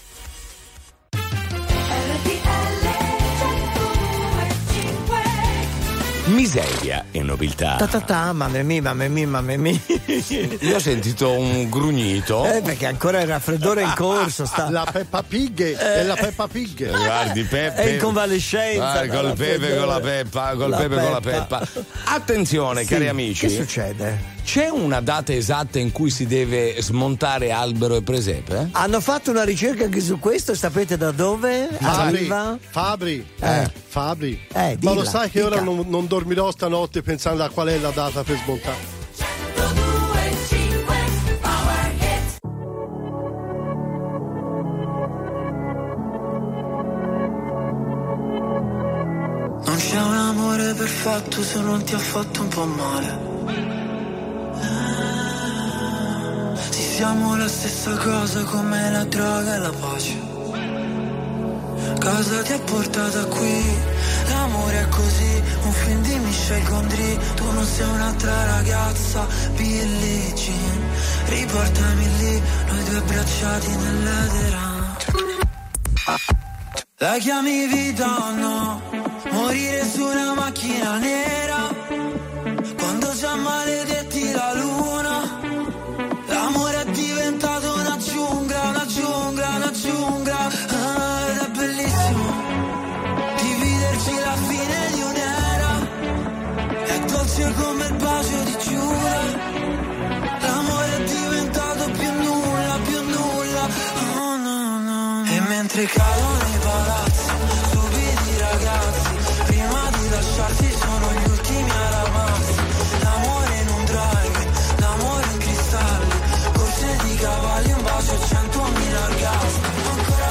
Miseria e nobiltà. Mamma mia. Io ho sentito un grugnito. Perché ancora il raffreddore è in corso. La Peppa Pig è la Peppa Pig. Guardi, Peppe. È in convalescenza. Col Pepe con la Peppa. Con la Peppa. Attenzione, cari amici. Che succede? C'è una data esatta in cui si deve smontare albero e presepe? Hanno fatto una ricerca anche su questo, sapete da dove arriva? Fabri. Ma dilla, lo sai che ora non dormirò stanotte pensando a qual è la data per smontare. Non c'è un amore perfetto se non ti ha fatto un po' male. Siamo la stessa cosa come la droga e la pace. Cosa ti ha portato qui? L'amore è così, un film di Michel Gondry. Tu non sei un'altra ragazza, Billie Jean. Riportami lì, noi 2 abbracciati nell'edera. La chiami vita o no? Morire su una macchina nera, quando già maledetti la luna. L'amore è diventato una giungla, ed è bellissimo dividerci la fine di un'era. È dolce come il bacio di Giura. L'amore è diventato più nulla, oh no. E mentre cadono i palazzi, stupidi ragazzi, prima di lasciarsi sono gli ultimi a ramarsi. L'amore in un drive, l'amore in cristalli, corse di cavalli, un bacio e 100.000 orgasmi. Ancora,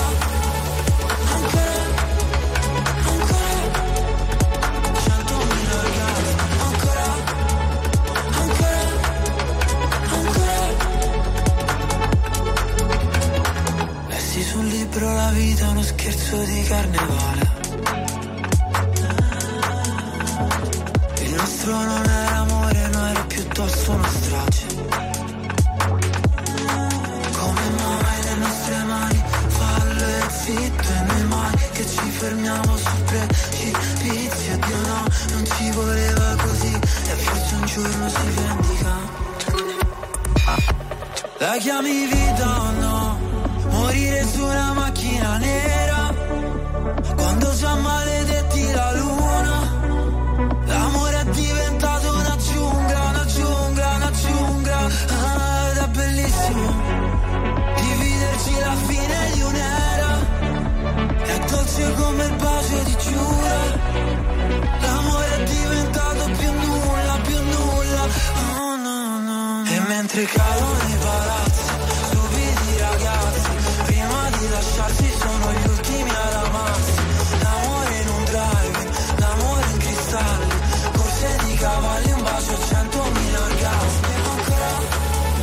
100.000 orgasmi. Ancora. Lessi sul libro la vita è uno scherzo di carnevale. Il nostro non era amore, no, era piuttosto una strage. Come mai le nostre mani fallo e zitto e noi mai che ci fermiamo su precipizio. Dio no, non ci voleva così e forse un giorno si vendica. La chiami vita o no? Morire su una macchina nera, quando già maledetti la luna. L'amore è diventato una giungla, ed è bellissimo dividerci la fine di un'era. È dolce come il bacio di Giura. L'amore è diventato più nulla, oh no. E mentre cadono i palazzi, stupidi ragazzi, prima di lasciarsi sono gli ultimi a ramarsi. L'amore in un drive, l'amore in cristalli, corse di cavalli, un bacio e 100.000 orgasmi. Ancora.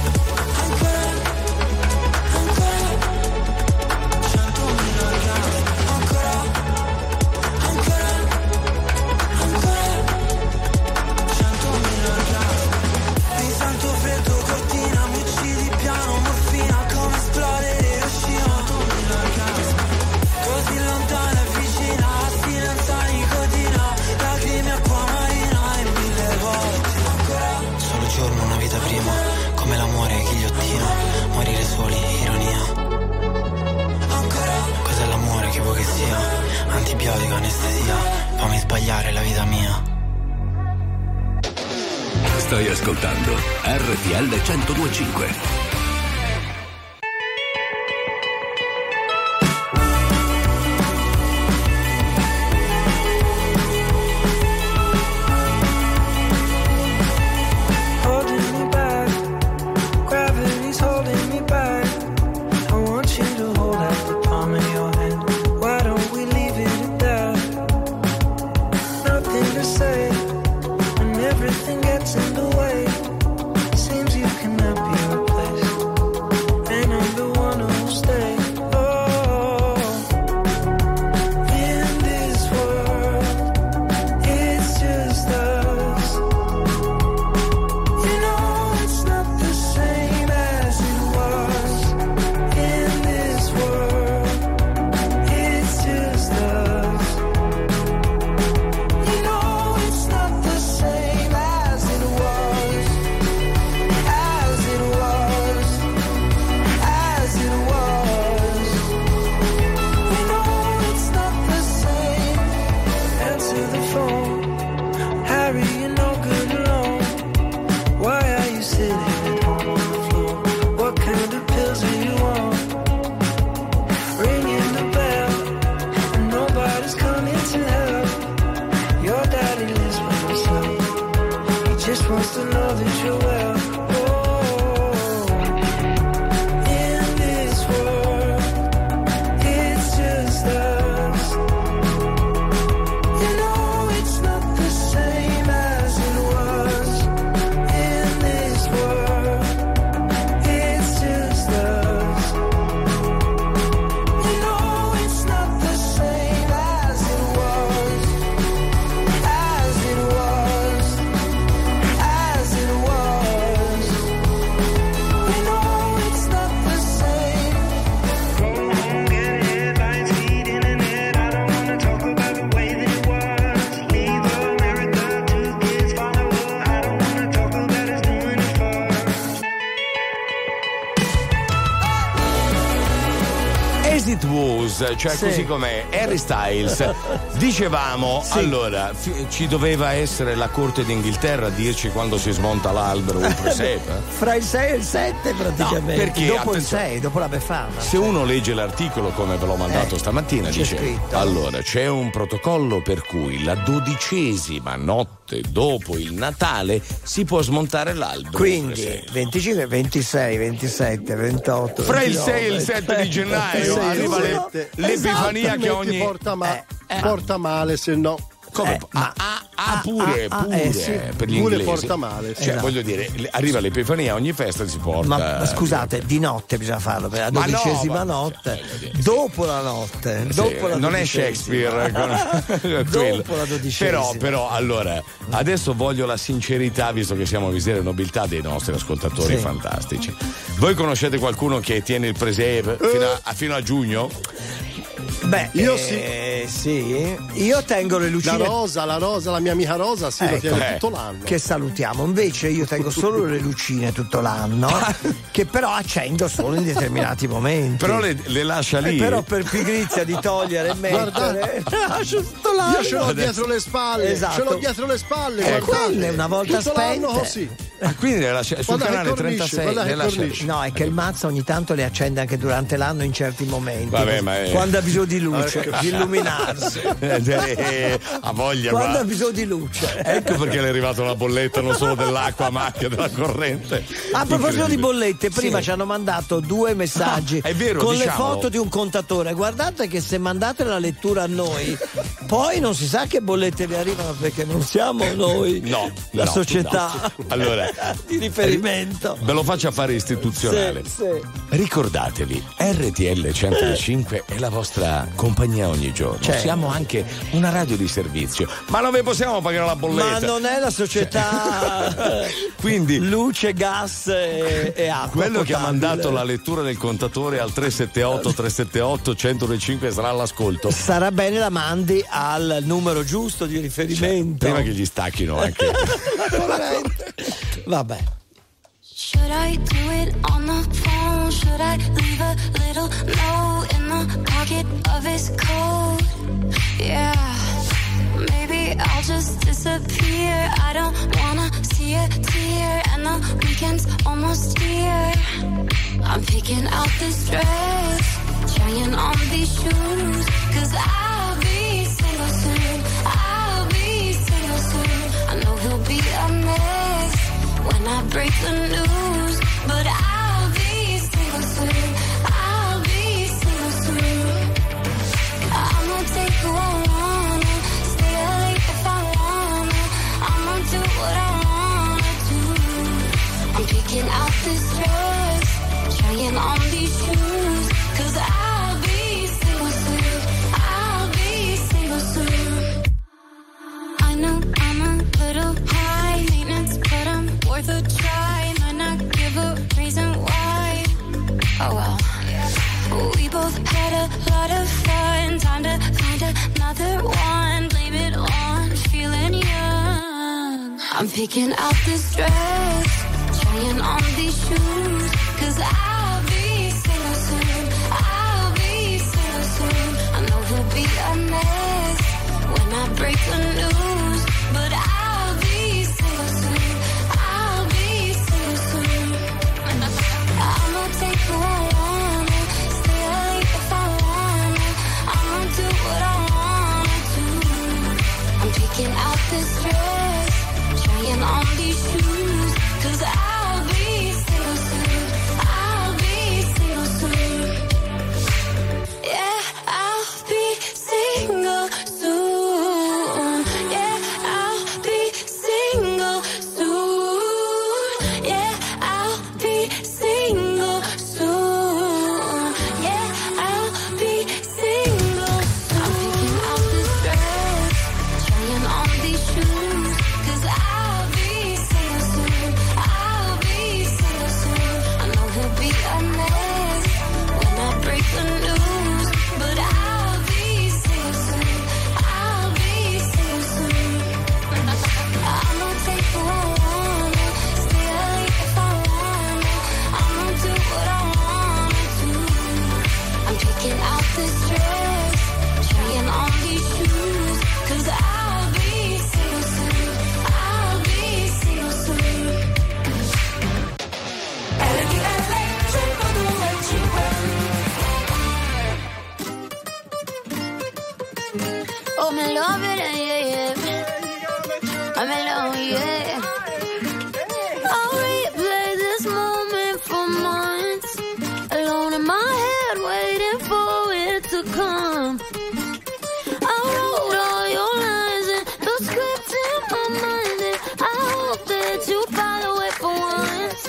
100.000 orgasmi. Ancora. 100.000 orgasmi. Mi sento freddo, cortina, mi uccidi piano, morfina, come esplodere Hiroshima. 100.000 orgasmi. Così lontana e vicina, astinenza, nicotina, lacrime, acqua marina e 1000 volte. Ancora. Solo giorno, una vita prima, come l'amore, ghigliottina, morire soli, ironia. Ancora. Cos'è l'amore, che vuoi che sia? Antibiotico, anestesia, fammi sbagliare la vita mia. Stai ascoltando RTL 102.5. that you're well. In this world, it's just us. You know it's not the same as it was. In this world, it's just us. You know it's not the same as it was. As it was. As it was. You know it's not the same. Go home, get headlines, feed internet. I don't wanna talk about the way that it was. Leave America, 2 kids follow her. I don't wanna talk about us doing it first. As it was, cioè Sì. così com'è, Harry Styles. Dicevamo, Sì. allora, ci doveva essere la corte d'Inghilterra a dirci quando si smonta l'albero o il presepe? Fra il 6 e il 7 praticamente. No, perché, dopo il attenzione, 6, dopo la Befana. Se uno legge l'articolo come ve l'ho mandato stamattina, c'è dice scritto. allora c'è un protocollo per cui la 12ª notte dopo il Natale si può smontare l'albero. Quindi 25, 26, 27, 28. Fra il 29, 6 e il 7 di gennaio arriva l'epifania che ogni porta male, se no. come pure sì, per gli pure inglesi porta male. cioè voglio dire, arriva l'epifania, ogni festa si porta. Ma scusate, di notte bisogna farlo per la Ma no, 12ª notte, dopo la notte, Sì, dopo la non è 12ª. Shakespeare quello. Dopo la 12ª. però allora adesso voglio la sincerità, visto che siamo visite e nobiltà dei nostri ascoltatori Sì. fantastici. Voi conoscete qualcuno che tiene il presepe fino a giugno? Beh, Io sì, io tengo le lucine. La Rosa, la mia amica Rosa, sì, lo tiene tutto l'anno. Che salutiamo. Invece io tengo solo le lucine tutto l'anno, che però accendo solo in determinati momenti. Però le lascia lì. Però per pigrizia di togliere e mettere, lascio tutto l'anno. Io ce l'ho dietro le spalle. Esatto. Ce l'ho dietro le spalle. Quelle guardate. una volta tutto l'anno spente. così. Quindi le lascia sul Guarda che canale cornisce, 36 guarda che le lascia lì. cornisce. No, è che il Mazza ogni tanto le accende anche durante l'anno in certi momenti. Vabbè, ma quando ha bisogno di luce, di illuminarsi. Ha voglia. Quando ma- ha bisogno di luce. Ecco perché le è arrivata una bolletta non solo dell'acqua ma anche della corrente. A proposito di Incredibile. bollette, prima Sì. ci hanno mandato 2 messaggi È vero, con diciamolo. le foto di un contatore. Guardate che se mandate la lettura a noi, poi non si sa che bollette vi arrivano perché non siamo noi la società no. Allora, di riferimento. ve lo faccio a fare istituzionale. Sì. Ricordatevi, RTL 105 è la vostra compagnia ogni giorno. Certo. Siamo anche una radio di servizio, ma non vi possiamo pagare la bolletta. Ma non è la società Quindi luce, gas e acqua. quello che ha potabile. mandato la lettura del contatore al 378 1025 sarà all'ascolto. Sarà bene la mandi al numero giusto di riferimento. Prima che gli stacchino anche. Vabbè. Should I do it on the phone? Should I leave a little note in the pocket of his coat? Yeah, maybe I'll just disappear. I don't wanna see a tear, and the weekend's almost here. I'm picking out this dress, trying on these shoes, 'cause I'll be single soon. I'll be single soon. I know he'll be a mess when I break the news, but I'll be single soon. I'll be single soon. I'ma take who I wanna, stay late if I wanna. I'ma do what I wanna do. I'm picking out this dress, trying on these shoes, 'cause I'll be single soon. I'll be single soon. I know I'm a little high maintenance, but I'm worth a try. Might not give a reason why. Oh well. We both had a lot of fun. Time to find another one. Blame it on feeling young. I'm picking out this dress, trying on these shoes, 'cause I'll be single soon. I'll be single soon. I know he'll be a mess when I break the news, but I'll be single soon. I'll be single soon. I'ma take who I wanna, stay late if I wanna. I'ma do what I wanna do. I'm picking out this dress, trying on these shoes, Yeah, I'll be single soon. Yeah, I'll be single soon. I'm picking out this dress, trying on these shoes, 'cause I'll be single soon. I'll be single soon. I know he'll be a mess when I break the news, but I'll be single soon. I'll be single soon. I'ma take who I wanna, stay late if I wanna. I'ma do what I wanna do. I'm picking out this dress, trying on these shoes, 'cause I'll be single soon. I'll be single soon. Oh, me love it, yeah, yeah. I'm in love, yeah. I'll replay this moment for months, alone in my head, waiting for it to come. I wrote all your lines and the script in my mind, and I hope that you follow it for once.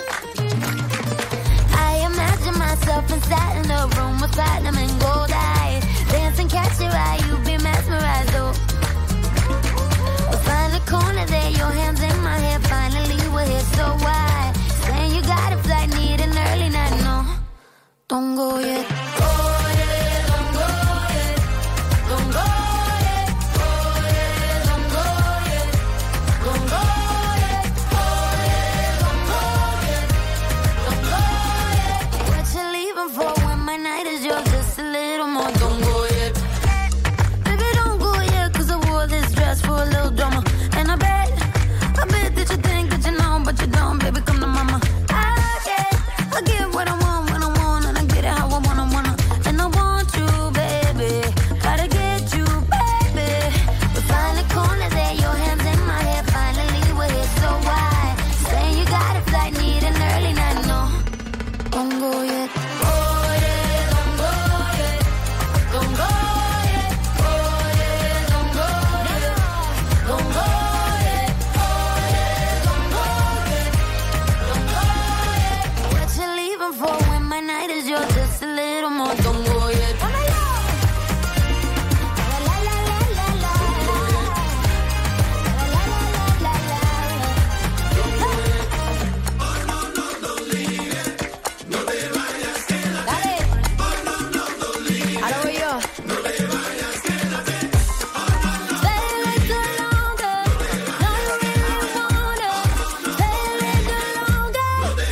I imagine myself inside in a room with platinum and gold eyes, dancing, catch your eye, you be mesmerized, oh. We'll find a corner there, your hands in my hair, finally we're here, so why? Saying you got a flight, need an early night, no, don't go yet. Oh yeah, don't go yet, don't go yet, oh yeah, don't go yet, don't go yet, oh yeah, don't go yet, don't go yet. What you leaving for when my night is yours, just a little more, don't go yet. Baby, don't go yet, 'cause I wore this dress for a little drama, and I bet that you think that you know, but you don't, baby, come to mama. I get what I want when I want, and I get it how I wanna, and I want you, baby, gotta get you, baby. We find a corner there, your hands in my hair, finally we're here, so why? Saying you got a flight, need an early night, no, don't go yet. Oh yeah, don't go yet, don't go yet, oh yeah, don't go yet, don't go yet, oh yeah, don't go yet, don't go yet. What you leaving for when my night is yours, just a little more, don't go yet. Oh my God. La la la la la la. La la la la la Dale. Ahora voy yo. Stay a little longer. No, you really wanna. Stay a little longer.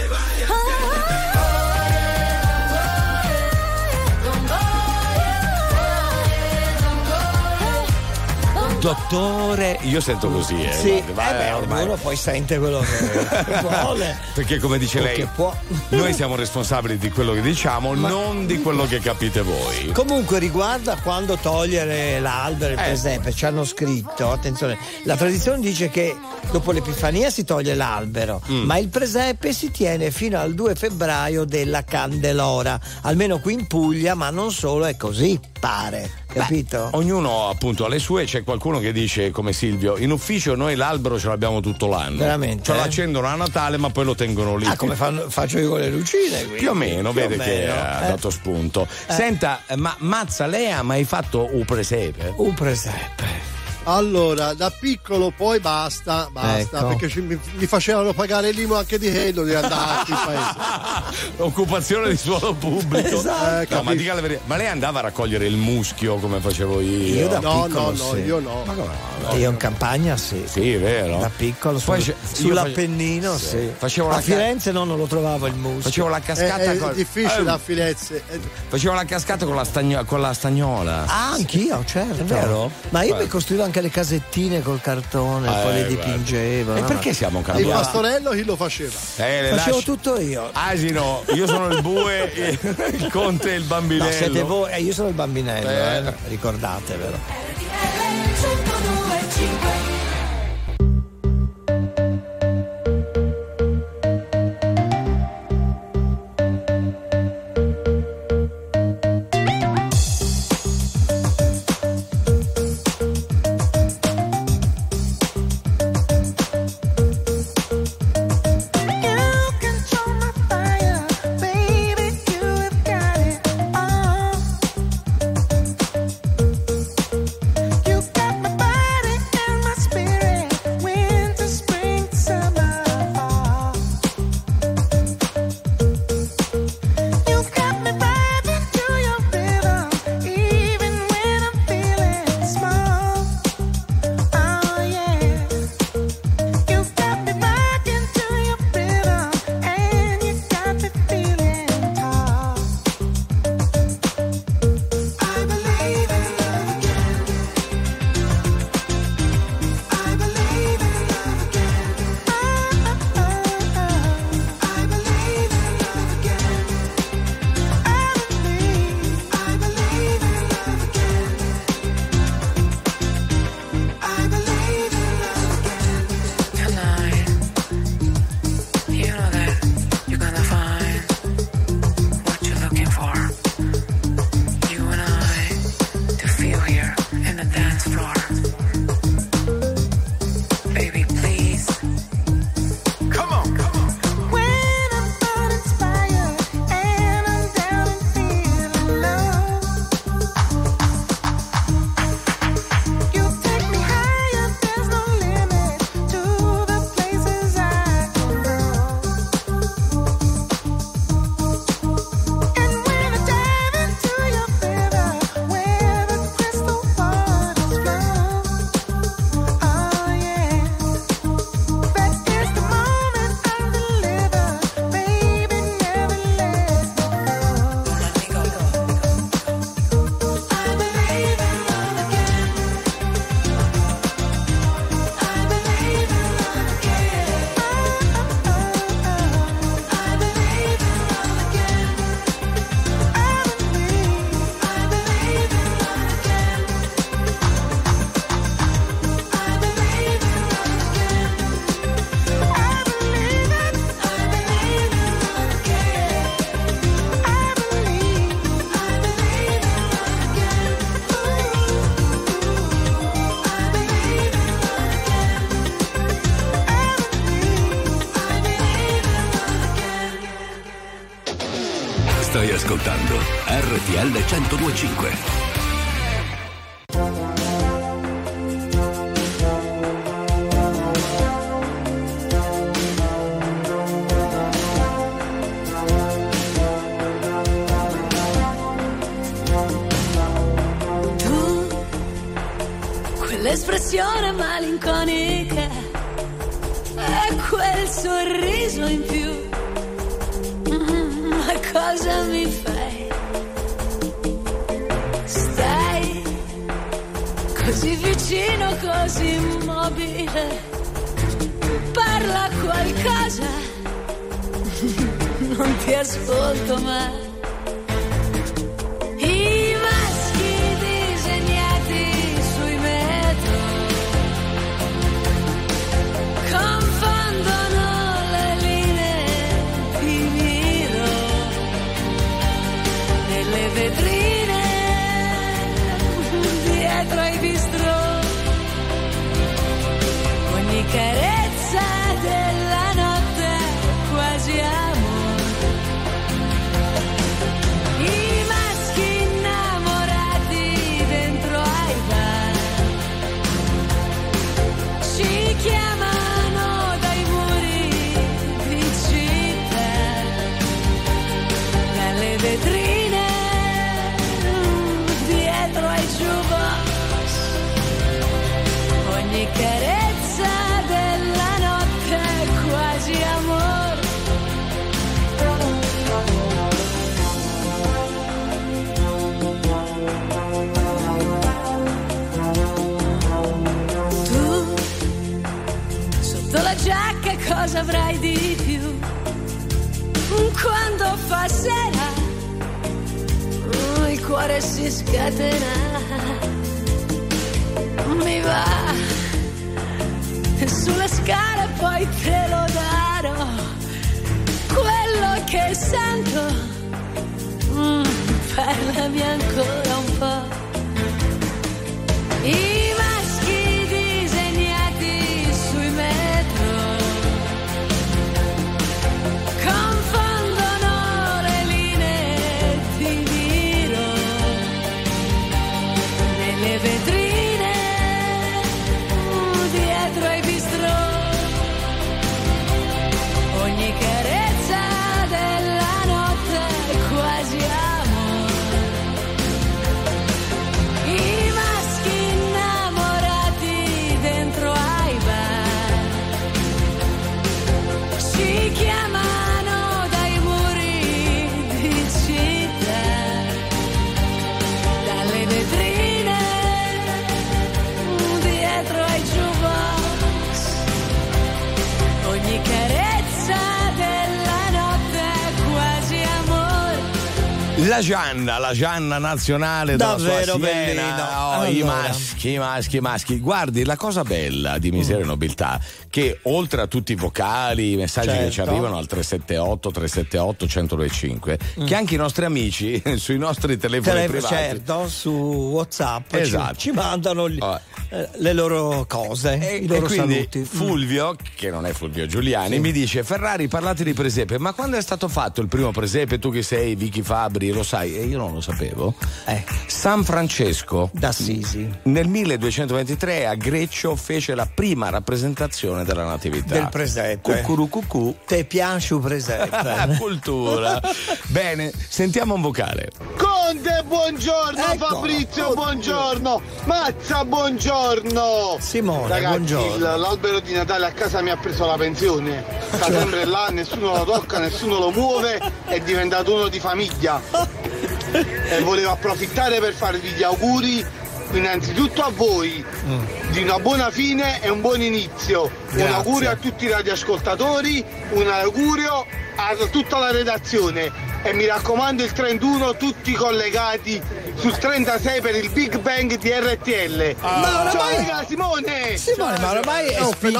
Dottore, io sento così, Sì, guarda, ormai ognuno poi sente quello che vuole. Perché come dice lei, può. noi siamo responsabili di quello che diciamo, non di quello che capite voi. Comunque riguarda quando togliere l'albero, il presepe, ci hanno scritto, attenzione, la tradizione dice che dopo l'Epifania si toglie l'albero, ma il presepe si tiene fino al 2 febbraio della Candelora, almeno qui in Puglia, ma non solo, è così, pare. Capito? Beh, ognuno appunto ha le sue, c'è qualcuno che dice come Silvio, in ufficio noi l'albero ce l'abbiamo tutto l'anno. Veramente? Ce lo accendono a Natale ma poi lo tengono lì. Ah, come faccio io con le lucine? Quindi. Più o meno, Più vede o che meno, ha dato spunto. Senta, ma Mazza, lei ha mai fatto un presepe? Un presepe. Allora, da piccolo poi basta, Ecco. perché mi facevano pagare l'IMU anche di quello di andare in paese. Occupazione di suolo pubblico. Esatto. No, ma dica la verità, ma lei andava a raccogliere il muschio come facevo io? Io da No, piccolo, no, sì. io no. Ma come no? Io in campagna sì. Sì, è vero. Da piccolo Poi sull'Appennino sì. Facevo a la Firenze non lo trovavo il muschio. Facevo la cascata È difficile da Firenze. Facevo la cascata con la stagnola. Ah, anch'io, certo. È vero? Ma io mi costruivo anche le casettine col cartone, poi le dipingevo. E no? perché siamo Il cambiati? pastorello chi lo faceva? Facevo tutto io. Asino, io sono il bue, il conte e il bambinello. No, siete voi, io sono il bambinello, ricordatevelo. Yeah. Stai ascoltando RTL 102.5. L'espressione malinconica e quel sorriso in più, ma cosa mi fai? Stai così vicino, così immobile, parla qualcosa, non ti ascolto mai. Vetrine dietro ai bistrò, ogni carezza della notte quasi amore. I maschi innamorati dentro ai bar ci chiamano dai muri di città, dalle vetrine ai jukebox, ogni carezza della notte è quasi amore. Tu sotto la giacca cosa avrai di più quando fa sera? Il cuore si scatena, mi va sulle scale, poi te lo darò quello che sento. Parlami ancora un po'. I maschi disegnati sui metro confondono le linee di le vetrine dietro ai bistrò, ogni carezza della notte è quasi amore. I maschi innamorati dentro ai bar ci chiamano dai muri di città, dalle vetrine dietro ai jukebox, ogni carezza della notte è quasi amore. La Gianna nazionale davvero della sua Siena. Oh, allora. I maschi. Guardi, la cosa bella di Miseria e Nobiltà, che oltre a tutti i vocali, i messaggi che ci arrivano al 378 1025, che anche i nostri amici sui nostri telefoni privati, certo, su WhatsApp, esatto, ci mandano le loro cose, i loro saluti. Fulvio, che non è Fulvio Giuliani, mi dice: Ferrari, parlate di presepe, ma quando è stato fatto il primo presepe? Tu che sei Vicky Fabri, lo sai, e io non lo sapevo. San Francesco d'Assisi nel 1223 a Greccio fece la prima rappresentazione della Natività del presepe. Cucù. Te piace un presepe? Cultura. Bene, sentiamo un vocale. Conte, buongiorno. Ecco. Fabrizio, buongiorno. Mazza, buongiorno. Simone, ragazzi, buongiorno. L'albero di Natale a casa mi ha preso la pensione. Sta sempre là, nessuno lo tocca, nessuno lo muove, è diventato uno di famiglia. E volevo approfittare per farvi gli auguri innanzitutto a voi di una buona fine e un buon inizio. Grazie. Un augurio a tutti i radioascoltatori, un augurio a tutta la redazione e mi raccomando il 31 tutti collegati sul 36 per il Big Bang di RTL. Ma oramai... Ciao, Simone, ma oramai è un fenomeno.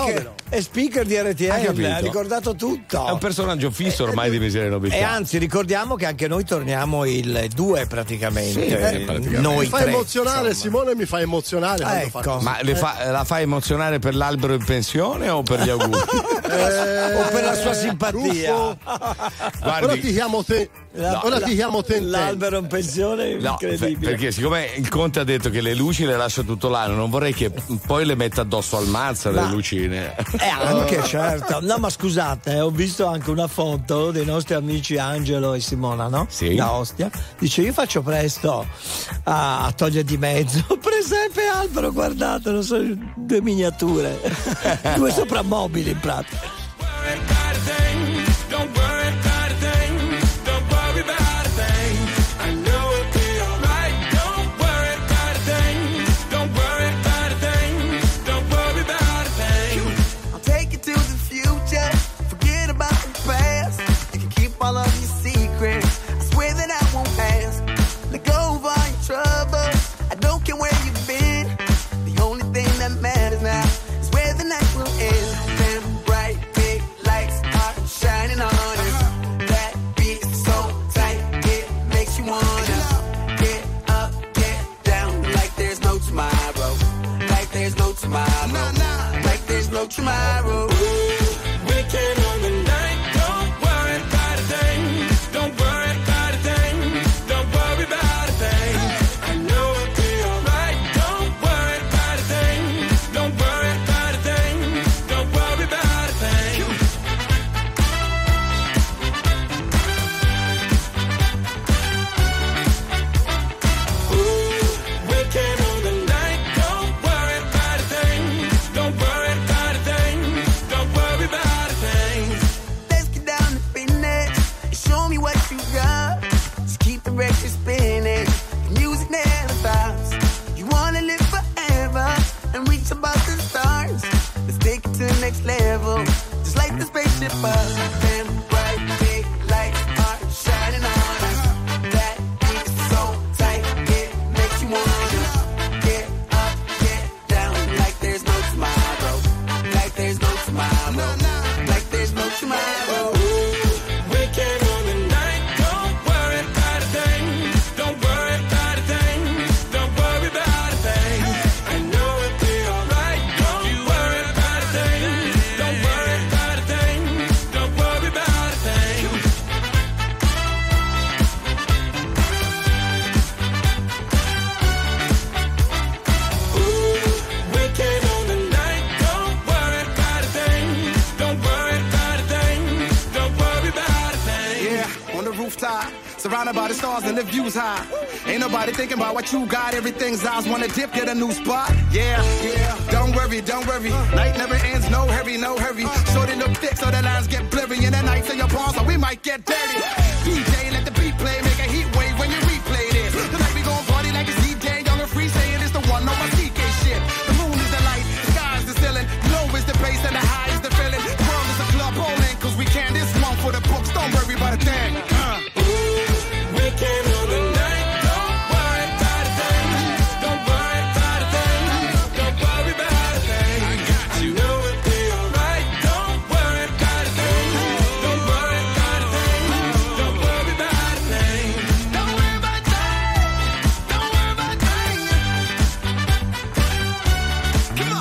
è speaker di RTL, ha ricordato tutto. È un personaggio fisso ormai di Miseria e Nobiltà. E anzi, ricordiamo che anche noi torniamo il 2 praticamente. Sì, praticamente. Noi mi fa tre, emozionare, insomma. Simone mi fa emozionare. Ecco. Ma la fa emozionare per l'albero in pensione o per gli auguri? O per la sua simpatia? Guardi, ora ti chiamo te. Ora ti chiamo te. L'albero in pensione? No, incredibile. perché siccome il Conte ha detto che le luci le lascia tutto l'anno, non vorrei che poi le metta addosso al Mazza le lucine. Anche certo. No, ma scusate, ho visto anche una foto dei nostri amici Angelo e Simona, no? Sì. Da Ostia. Dice: io faccio presto a togliere di mezzo presepe e albero, guardate, non so, 2 miniature, 2 soprammobili in pratica. Tomorrow, weekend on the night. Don't worry about a thing. Don't worry about a thing. Don't worry about a thing. I know it'll be alright. Don't worry about a thing. Don't worry about a thing. Don't worry about a thing. Ooh, weekend on the night. Don't worry about a thing. Don't worry. Spinning, music never stops. You wanna live forever and reach above the stars. Let's take it to the next level, just like the spaceship up. Them bright big lights are shining on us. That beat so tight, it makes you wanna get up, get down, like there's no tomorrow, like there's no tomorrow, like there's no tomorrow. Weekend on the night, don't worry about a thing. Don't worry about a thing. Don't worry about a thing. I know it'll be alright. Don't worry about a thing. Don't worry about a thing. Don't worry about a thing. Ooh, weekend on the night. Don't worry about a thing. Don't worry about a thing. Don't worry about a thing. Yeah, on the rooftop, surrounded by the stars and the views high. Ain't nobody thinking about what you got. Everything's eyes wanna dip, get a new spot. Yeah, yeah. Don't worry, don't worry. Night never ends, no hurry, no hurry. Shorten the thick so the lines get blurry. And the nights in your palms, so we might get dirty. DJ, let the beat play, make a heat wave when you replay this. Tonight we gon' party like it's DJ, young and free, saying it's the one, no more CK shit. The moon is the light, the sky is the ceiling. Low is the bass and the high is the feeling. The world is a club bowling, cause we can. This one for the books, don't worry about a thing. Weekend on the night. Don't worry about a thing. Don't worry about a thing. Don't worry about a thing. I know it'll be alright. Don't worry about a thing. Don't worry about a thing. Don't worry about a thing. Don't worry about a thing. Don't worry about a thing. Come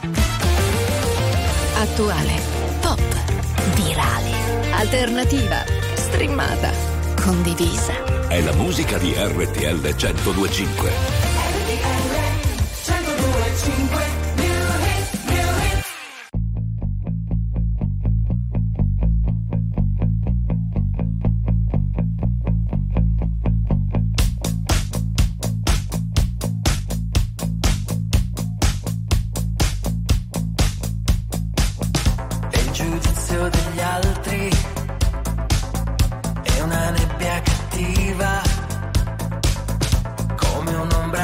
on. Attuale, pop, virale, alternativa, streamata, condivisa. È la musica di RTL 102.5. Il giudizio degli altri è una nebbia cattiva, come un'ombra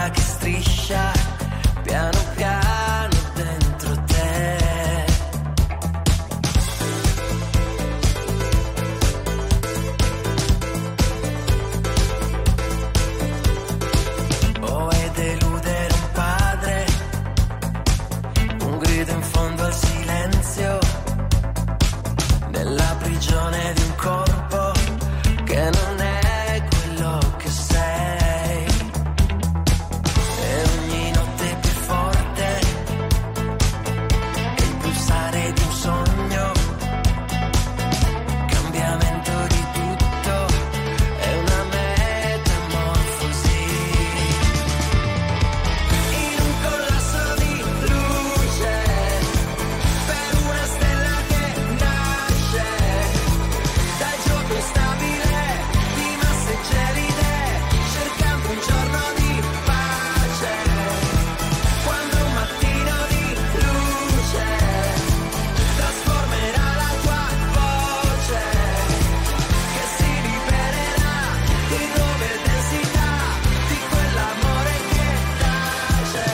stagione di un corpo che non è quello che sei, e ogni notte più forte è il pulsare di un sogno, cambiamento di tutto, è una metamorfosi, in un collasso di luce, per una stella che nasce dal gioco instabile di masse gelide, cercando un giorno di pace, quando un mattino di luce trasformerà la tua voce, che si libererà di nuove densità, di quell'amore che tace.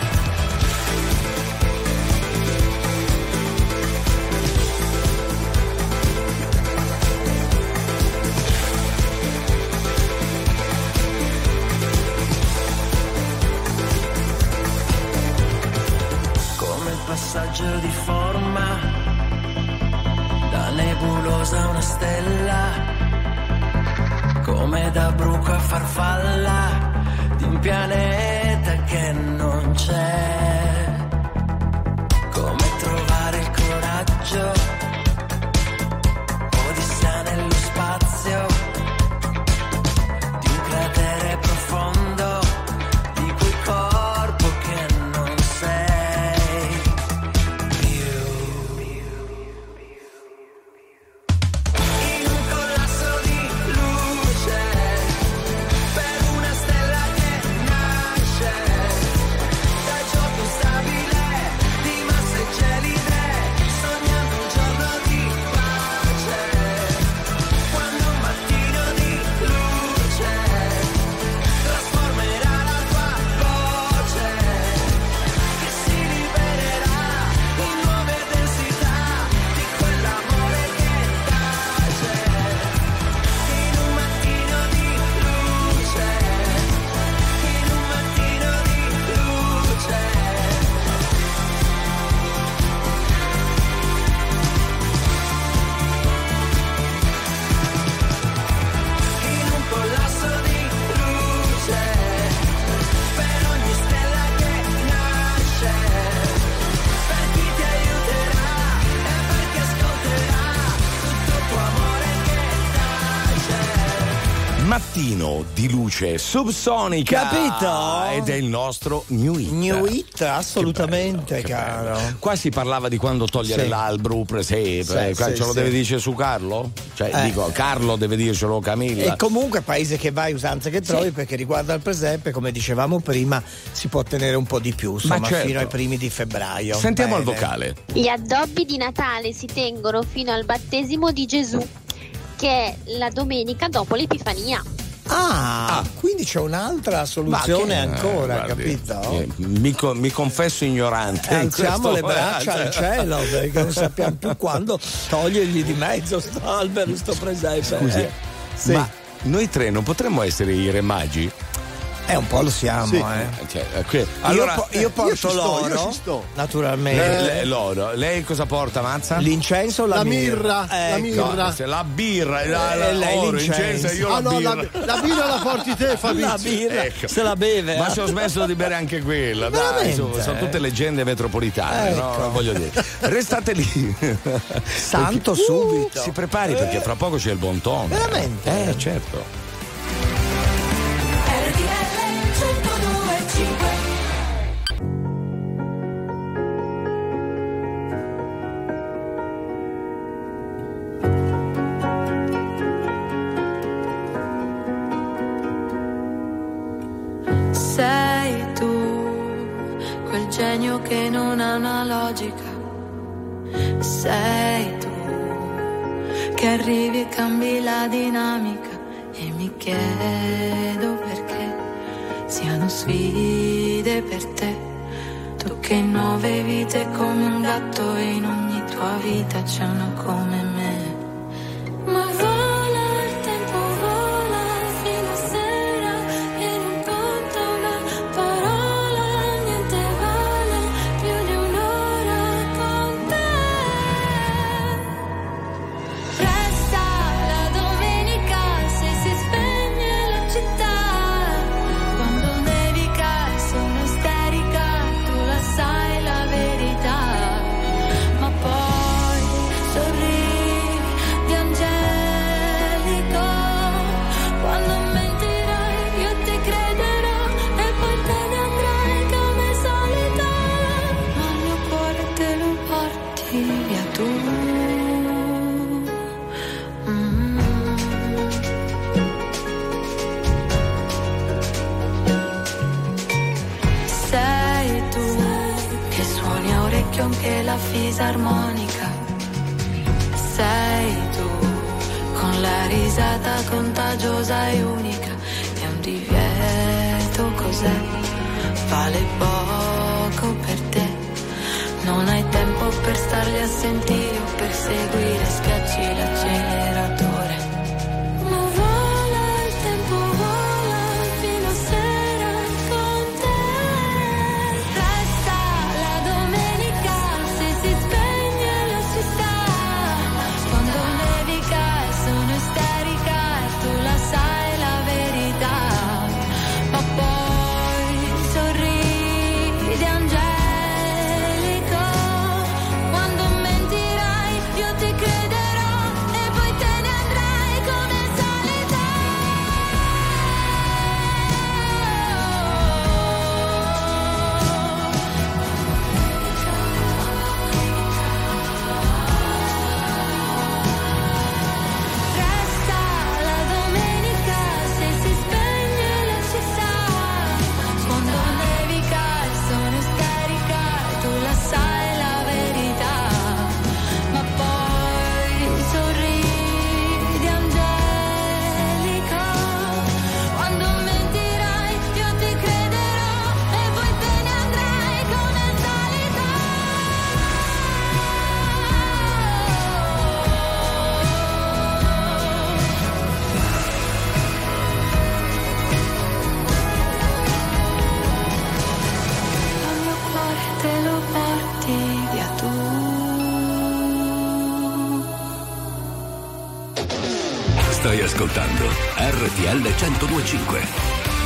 Come il passaggio di forma da nebulosa a una stella, come da bruco a farfalla di un pianeta che non c'è, come trovare il coraggio, odissea nello spazio di un cratere profondo, di quel corpo che non sei più. In un collasso di luce, per una stella che nasce dal gioco instabile di masse gelide, sognando un giorno di pace, quando un mattino di luce trasformerà la tua voce, che si libererà in nuove densità, di quell'amore che tace, in un mattino di luce, in un mattino di luce. In un collasso di luce, per ogni stella che nasce, per chi ti aiuterà e per chi ascolterà tutto il tuo amore che tace. Mattino di luce subsonica. Capito? Ed è il nostro New Hit. New Hit, assolutamente, Che bello, che caro. bello. Qua si parlava di quando togliere Sì. l'albero, presepe. Sì, Ce sì, lo sì. deve dire su Carlo? Cioè, dico, Carlo deve dircelo Camilla. E comunque paese che vai, usanze che trovi, perché riguardo al presepe, come dicevamo prima, si può tenere un po' di più, insomma, certo. fino ai primi di febbraio. Sentiamo il Bene. vocale. Gli addobbi di Natale si tengono fino al battesimo di Gesù, che è la domenica dopo l'Epifania. Ah, quindi c'è un'altra soluzione Ma che- ancora, guardi, capito? mi confesso ignorante. in Alziamo questo- le braccia al cielo, perché non sappiamo più quando togliergli di mezzo sto albero, sto presepe. Scusi, Sì. ma noi tre non potremmo essere i re magi? Un po' lo siamo, Sì. Allora, io porto io l'oro, ci sto. naturalmente. l'oro. Lei cosa porta, Mazza? L'incenso o la mirra? La mirra. No, se la birra, lei oro, l'incenso. incenso, io Ah la no, birra. la birra la porti te, Fabrizio. La birra, Ecco. se la beve. Ma se ho smesso di bere anche quella, dai, Veramente? insomma, sono tutte leggende metropolitane, no? Ecco. Voglio dire. Restate lì. Santo subito. Si prepari perché fra poco c'è il bon ton. Veramente? Certo. Sei tu, quel genio che non ha una logica. Sei tu, che arrivi e cambi la dinamica. E mi chiedo perché siano sfide per te. Tu che in 9 vite come un gatto e in ogni tua vita c'è uno come me. Ma vola il tempo, vola fino a sera e non conta una parola, niente vale più di un'ora con te. fisarmonica. Sei tu, con la risata contagiosa e unica. È un divieto, cos'è? Vale poco per te. Non hai tempo per starli a sentire o per seguire, schiacci l'acceleratore. Ma vola il tempo, vola fino a sera con te. Resta la domenica, se si spegne lo si sta. Quando nevica e sono isterica e tu la sai la verità. Ma poi sorridi angelico. Quando mentirai io ti crederò e poi te ne andrai come al solito. Resta la domenica, se si spegne lo si sa. Quando nevica e sono isterica e tu la sai la verità. Ma poi sorridi angelico. Quando mentirai io ti crederò e poi te ne andrai come al solito. Al mio cuore te lo porti via tu. Stai ascoltando RTL 102.5.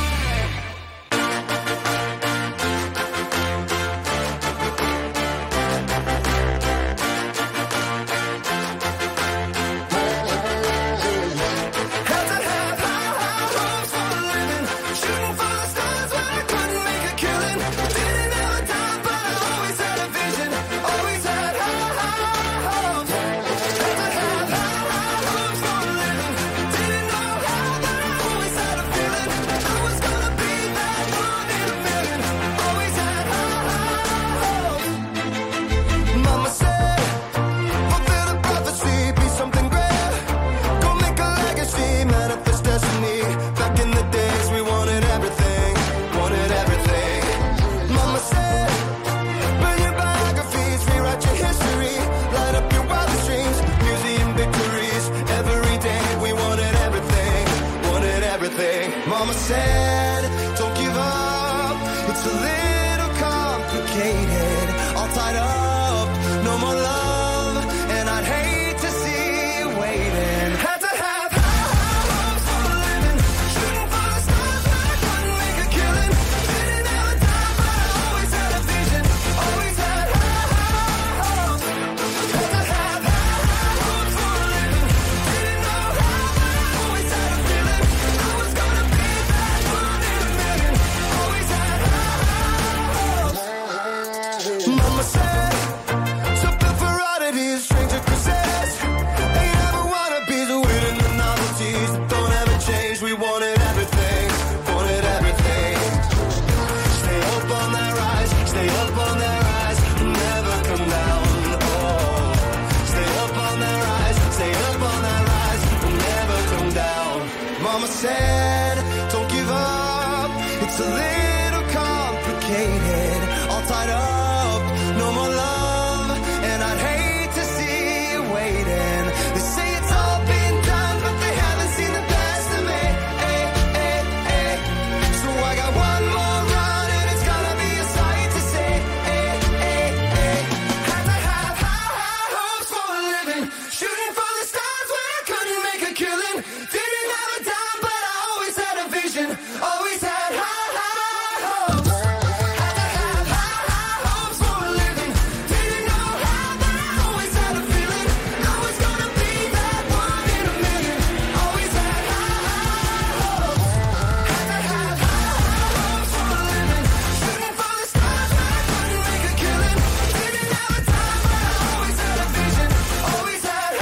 Mama said, fulfill the prophecy, be something great. Go make a legacy, manifest destiny. Back in the days we wanted everything, wanted everything. Mama said, burn your biographies, rewrite your history, light up your wildest dreams, museum victories. Every day we wanted everything, wanted everything. Mama said, don't give up, it's a little complicated, all tied up, no more love, and I'd hate to see you waiting. Had to have high hopes for a living, shooting for the stars, but I couldn't make a killing. Didn't have a time, but I always had a vision, always had high hopes. Had to have high hopes for a living, didn't know how, but I always had a feeling I was gonna be that one in a million. Always had high hopes. Mama said, something for oddities, stranger crusades. Ain't ever wannabes, waiting the novelties that don't ever change. We wanted everything, wanted everything. Stay up on that rise, stay up on that rise, never come down. Oh, stay up on that rise, stay up on that rise, never come down. Mama said, don't give up, it's a little complicated, all tied up, no more love, and I'd hate to see you waiting. They say it's all been done, but they haven't seen the best of me. So I got one more run, and it's gonna be a sight to see. Had to have high hopes for a living, shooting for the stars when I couldn't make a killing. Didn't have a dime, but I always had a vision, always had high hopes. Had to have high hopes for a living, didn't know how, but I always had a feeling I was gonna be that one in a million. Always had high hopes. Had to have high hopes for a living, shooting for the stars when I couldn't make a killing. Didn't have a time, but I always had a vision, always had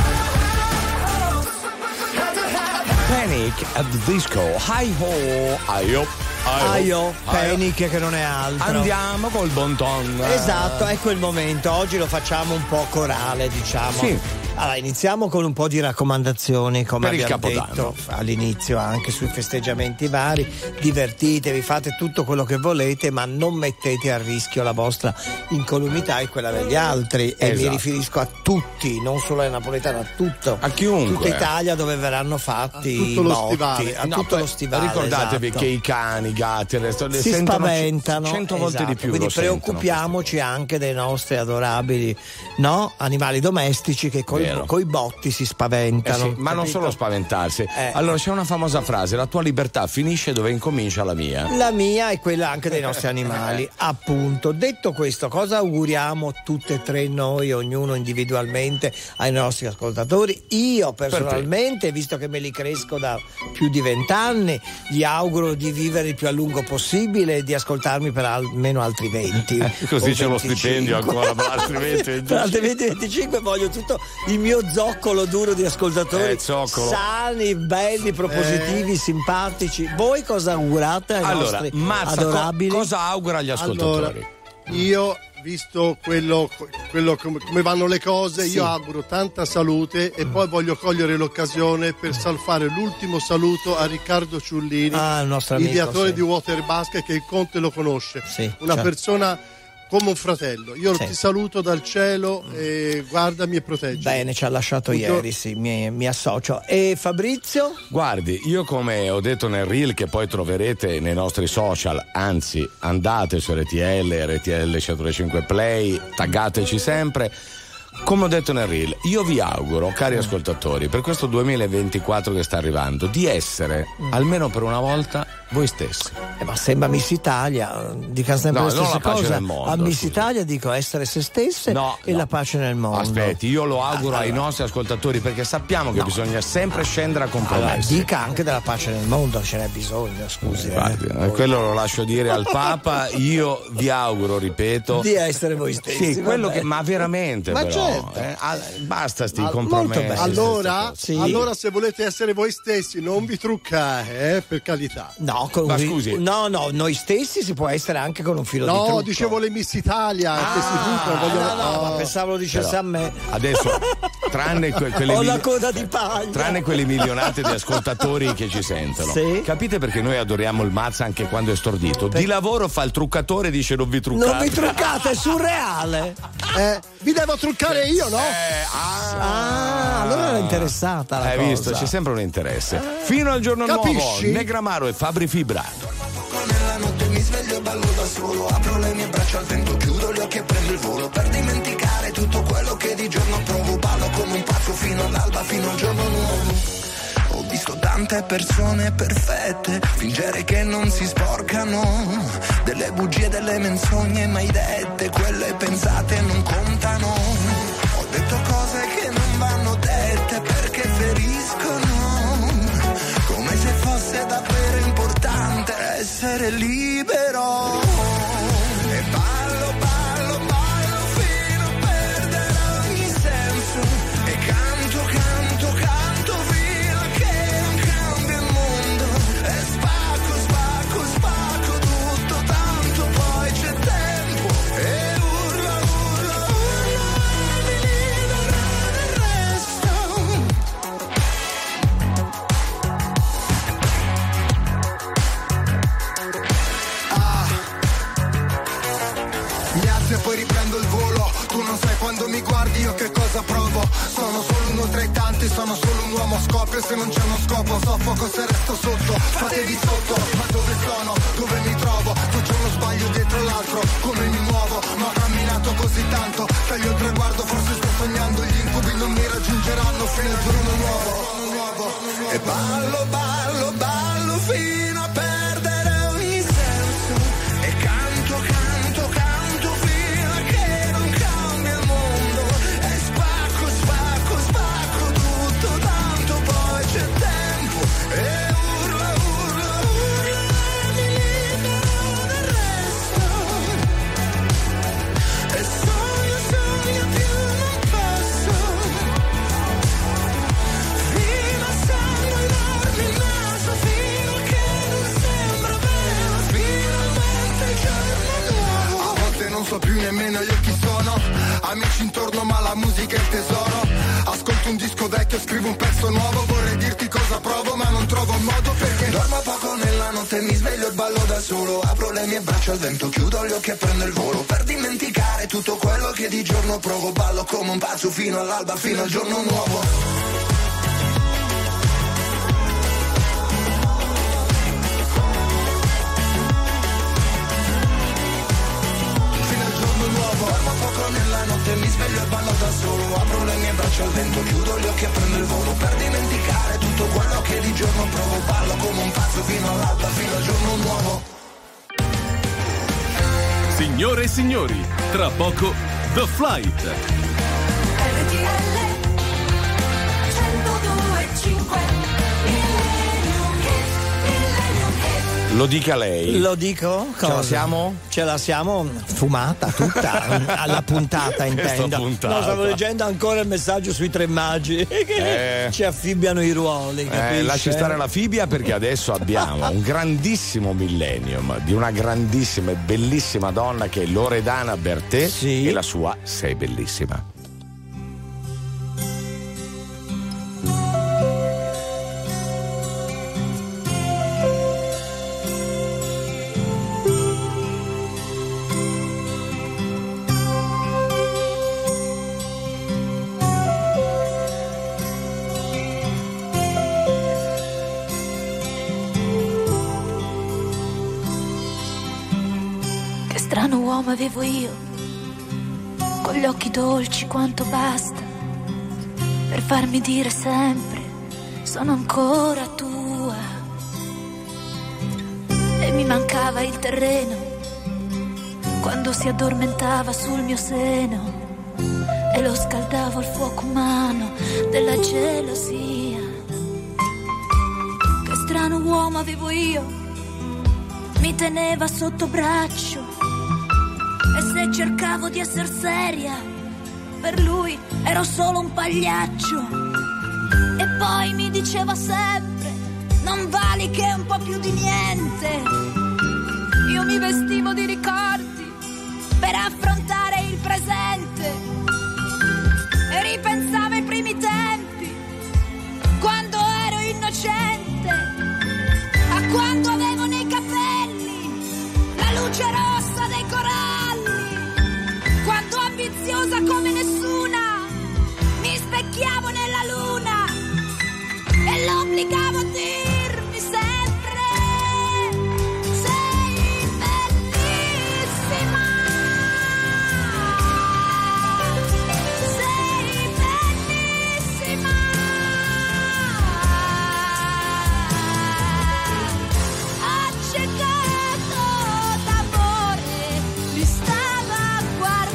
high hopes. Had to have Panic at the Disco, Hi Ho, Hi Ho. Aio, Panic che non è altro. Andiamo col bon ton. Esatto, ecco il momento. Oggi lo facciamo un po' corale, diciamo. Sì. Allora, iniziamo con un po' di raccomandazioni, come per abbiamo detto all'inizio, anche sui festeggiamenti vari. Divertitevi, fate tutto quello che volete, ma non mettete a rischio la vostra incolumità e quella degli altri. E mi riferisco a tutti, non solo ai napoletani, a tutto. A chiunque. Tutta Italia dove verranno fatti tutto i lo botti, stivale. a tutto lo stivale. Ricordatevi esatto. che i cani, i gatti, si spaventano 100 volte di più. Quindi lo preoccupiamoci anche dei nostri adorabili animali domestici che coi botti si spaventano. Sì, ma non solo spaventarsi. Allora c'è una famosa frase: la tua libertà finisce dove incomincia la mia. La mia è quella anche dei nostri animali. Appunto, detto questo, cosa auguriamo tutte e tre noi, ognuno individualmente, ai nostri ascoltatori? Io personalmente, visto che me li cresco da più di 20 anni, gli auguro di vivere il più a lungo possibile e di ascoltarmi per almeno altri 20. Così c'è lo stipendio ancora per altri 20. Per altri 20-25 voglio tutto il mio zoccolo duro di ascoltatori sani, belli, propositivi, simpatici. Voi cosa augurate ai nostri adorabili? Cosa augura agli ascoltatori? Allora, io, visto quello come vanno le cose, io auguro tanta salute e poi voglio cogliere l'occasione per fare l'ultimo saluto a Riccardo Ciullini, il nostro amico, ideatore di Water Basket, che il Conte lo conosce, una persona come un fratello. Io ti saluto dal cielo e guardami e proteggi. Bene, ci ha lasciato ieri, mi associo. E Fabrizio? Guardi, io, come ho detto nel reel che poi troverete nei nostri social, anzi andate su RTL 105 Play, taggateci sempre. Come ho detto nel reel, io vi auguro, cari ascoltatori, per questo 2024 che sta arrivando, di essere almeno per una volta voi stessi. Ma sembra Miss Italia, dica sempre la stessa cosa. A Miss Italia dico essere se stesse e la pace nel mondo. Aspetti, io lo auguro ai nostri ascoltatori, perché sappiamo che bisogna sempre scendere a compromessi. Dica anche della pace nel mondo, ce n'è bisogno, scusi. Quello lo lascio dire al Papa. Io vi auguro, ripeto, di essere voi stessi. Sì, quello che, ma veramente, ma però, basta sti compromessi. Allora, se volete essere voi stessi, non vi truccate, per carità. Ma scusi. No, noi stessi si può essere anche con un filo di trucco. No, dicevo le Miss Italia che si truccano. Ma pensavo lo dicesse a me. Adesso, tranne quelle ho la coda di paglia. Tranne quelle milionate di ascoltatori che ci sentono. Capite perché noi adoriamo il Mazza anche quando è stordito? Di lavoro fa il truccatore e dice non vi truccate. Non vi truccate, è surreale. Vi devo truccare io, no? Allora era interessata la cosa. Hai visto? C'è sempre un interesse. Fino al giorno nuovo, Negramaro e Fabri Fibra. Nella notte mi sveglio e ballo da solo, apro le mie braccia al vento, chiudo gli occhi e prendo il volo per dimenticare tutto quello che di giorno provo. Ballo come un pazzo fino all'alba, fino al giorno nuovo. Ho visto tante persone perfette fingere che non si sporcano, delle bugie, delle menzogne mai dette, quelle pensate non contano. Ho detto cose che non vanno dette perché feriscono, come se fosse davvero importante essere libero. E ballo, ballo, ballo fino a perdere ogni senso, e canto, canto, canto fino a che non cambia il mondo, e spacco, spacco, spacco tutto, tanto poi c'è tempo, e urla, urla, urla, mi libero del resto. E poi riprendo il volo, tu non sai quando mi guardi io che cosa provo. Sono solo uno tra i tanti, sono solo un uomo, scoppio se non c'è uno scopo, soffoco se resto sotto, fatevi sotto. Ma dove sono? Dove mi trovo? Faccio uno sbaglio dietro l'altro, come mi muovo? Ma ho camminato così tanto, taglio il traguardo, forse sto sognando, gli incubi non mi raggiungeranno fino al giorno nuovo. E ballo, ballo, ballo fino a perdere ogni senso, e canto, canto, canto fino a che non cambia il mondo, e spacco, spacco, spacco tutto, tanto poi c'è tempo, e urla, urla, urla, mi libero del resto, e sogno, sogno più non posso, fino a sangue darmi nemmeno io chi sono. Amici intorno ma la musica è il tesoro. Ascolto un disco vecchio, scrivo un pezzo nuovo. Vorrei dirti cosa provo ma non trovo un modo perché dormo poco nella notte, mi sveglio e ballo da solo. Apro le mie braccia al vento, chiudo gli occhi e prendo il volo. Per dimenticare tutto quello che di giorno provo. Ballo come un pazzo fino all'alba, fino al giorno nuovo. Nella notte mi sveglio e ballo da solo. Apro le mie braccia al vento, chiudo gli occhi e prendo il volo. Per dimenticare tutto quello che di giorno provo. Ballo come un pazzo fino all'alba, fino al giorno nuovo. Signore e signori, tra poco The Flight. Lo dica lei. Lo dico? Cosa? Ce la siamo? Ce la siamo fumata tutta alla puntata, intendo. Puntata. No, stavo leggendo ancora il messaggio sui tre magi che ci affibbiano i ruoli. Lasci stare la fibbia perché adesso abbiamo un grandissimo millennium di una grandissima e bellissima donna che è Loredana Bertè e la sua Sei bellissima. Avevo io, con gli occhi dolci quanto basta per farmi dire sempre sono ancora tua. E mi mancava il terreno quando si addormentava sul mio seno e lo scaldavo al fuoco umano della gelosia. Che strano uomo avevo io, mi teneva sotto braccio. E se cercavo di essere seria, per lui ero solo un pagliaccio. E poi mi diceva sempre, non vali che un po' più di niente. Io mi vestivo di ricordi per affrontare il presente e ripensavo ai primi tempi, quando ero innocente, a quando avevo nei capelli la luce rossa dei coralli. Quando ambiziosa come nessuna mi specchiavo nella luna e l'obbligavo a dirmi sempre sei bellissima, sei bellissima. Accecato d'amore mi stava a guardare.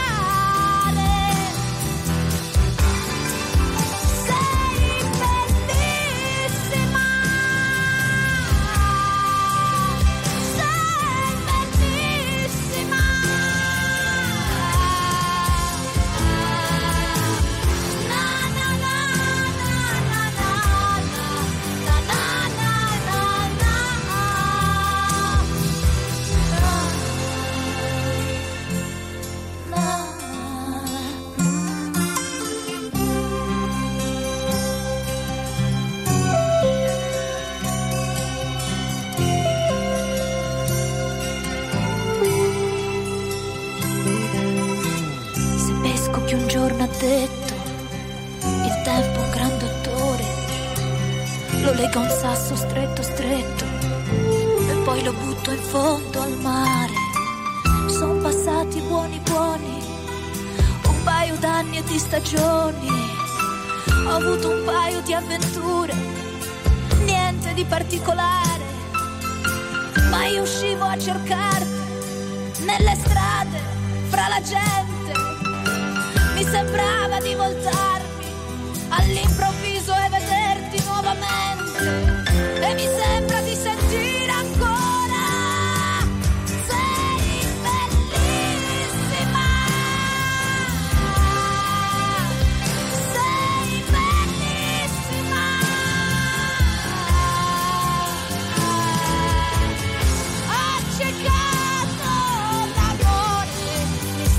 Detto, il tempo un gran dottore, lo lega un sasso stretto stretto e poi lo butto in fondo al mare. Son passati buoni buoni un paio d'anni e di stagioni, ho avuto un paio di avventure, niente di particolare, ma io uscivo a cercarti nelle strade, fra la gente. Mi sembrava di voltarmi all'improvviso e vederti nuovamente. E mi sembra di sentire ancora sei bellissima, sei bellissima. Accecato d'amore mi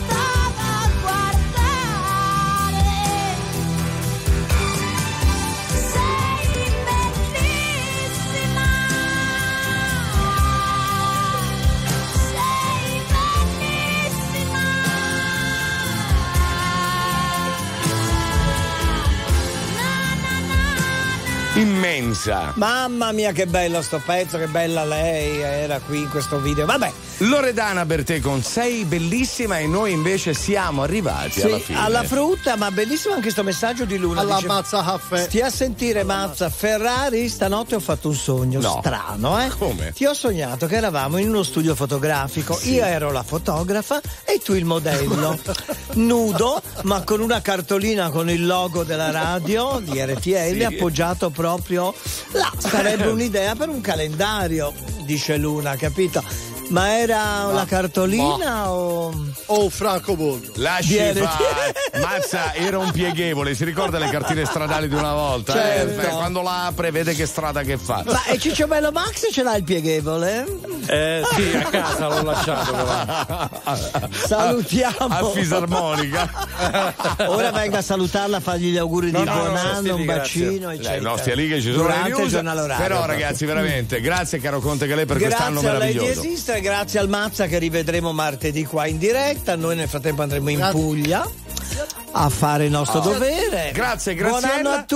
immensa. Mamma mia che bello sto pezzo, che bella lei era qui in questo video. Vabbè. Loredana Bertè con Sei bellissima, e noi invece siamo arrivati alla fine. Alla frutta, ma bellissimo anche sto messaggio di Luna. Alla Mazza Caffè. Stia a sentire, Mazza. Ferrari, stanotte ho fatto un sogno strano, eh? Come? Ti ho sognato che eravamo in uno studio fotografico. Sì. Io ero la fotografa e tu il modello. Nudo, ma con una cartolina con il logo della radio di RTL appoggiato proprio là. Sarebbe un'idea per un calendario, dice Luna, capito? Ma era la cartolina o francobollo? Lasci fare. Mazza, era un pieghevole, si ricorda le cartine stradali di una volta? Certo. Quando la apre vede che strada che fa. Ma e Ciccio Bello Max ce l'ha il pieghevole? Sì, a casa l'ho lasciato però. Salutiamo a fisarmonica. Ora venga a salutarla, a fargli gli auguri di buon anno, un bacino, eccetera. No, stia lì che ci sono durante le news. Il giornale orario. Però ragazzi, veramente grazie caro Conte Galè per quest'anno meraviglioso. Grazie a lei di esistere, grazie al Mazza che rivedremo martedì qua in diretta. Noi nel frattempo andremo in Puglia a fare il nostro dovere. Grazie, Buon anno a tutti.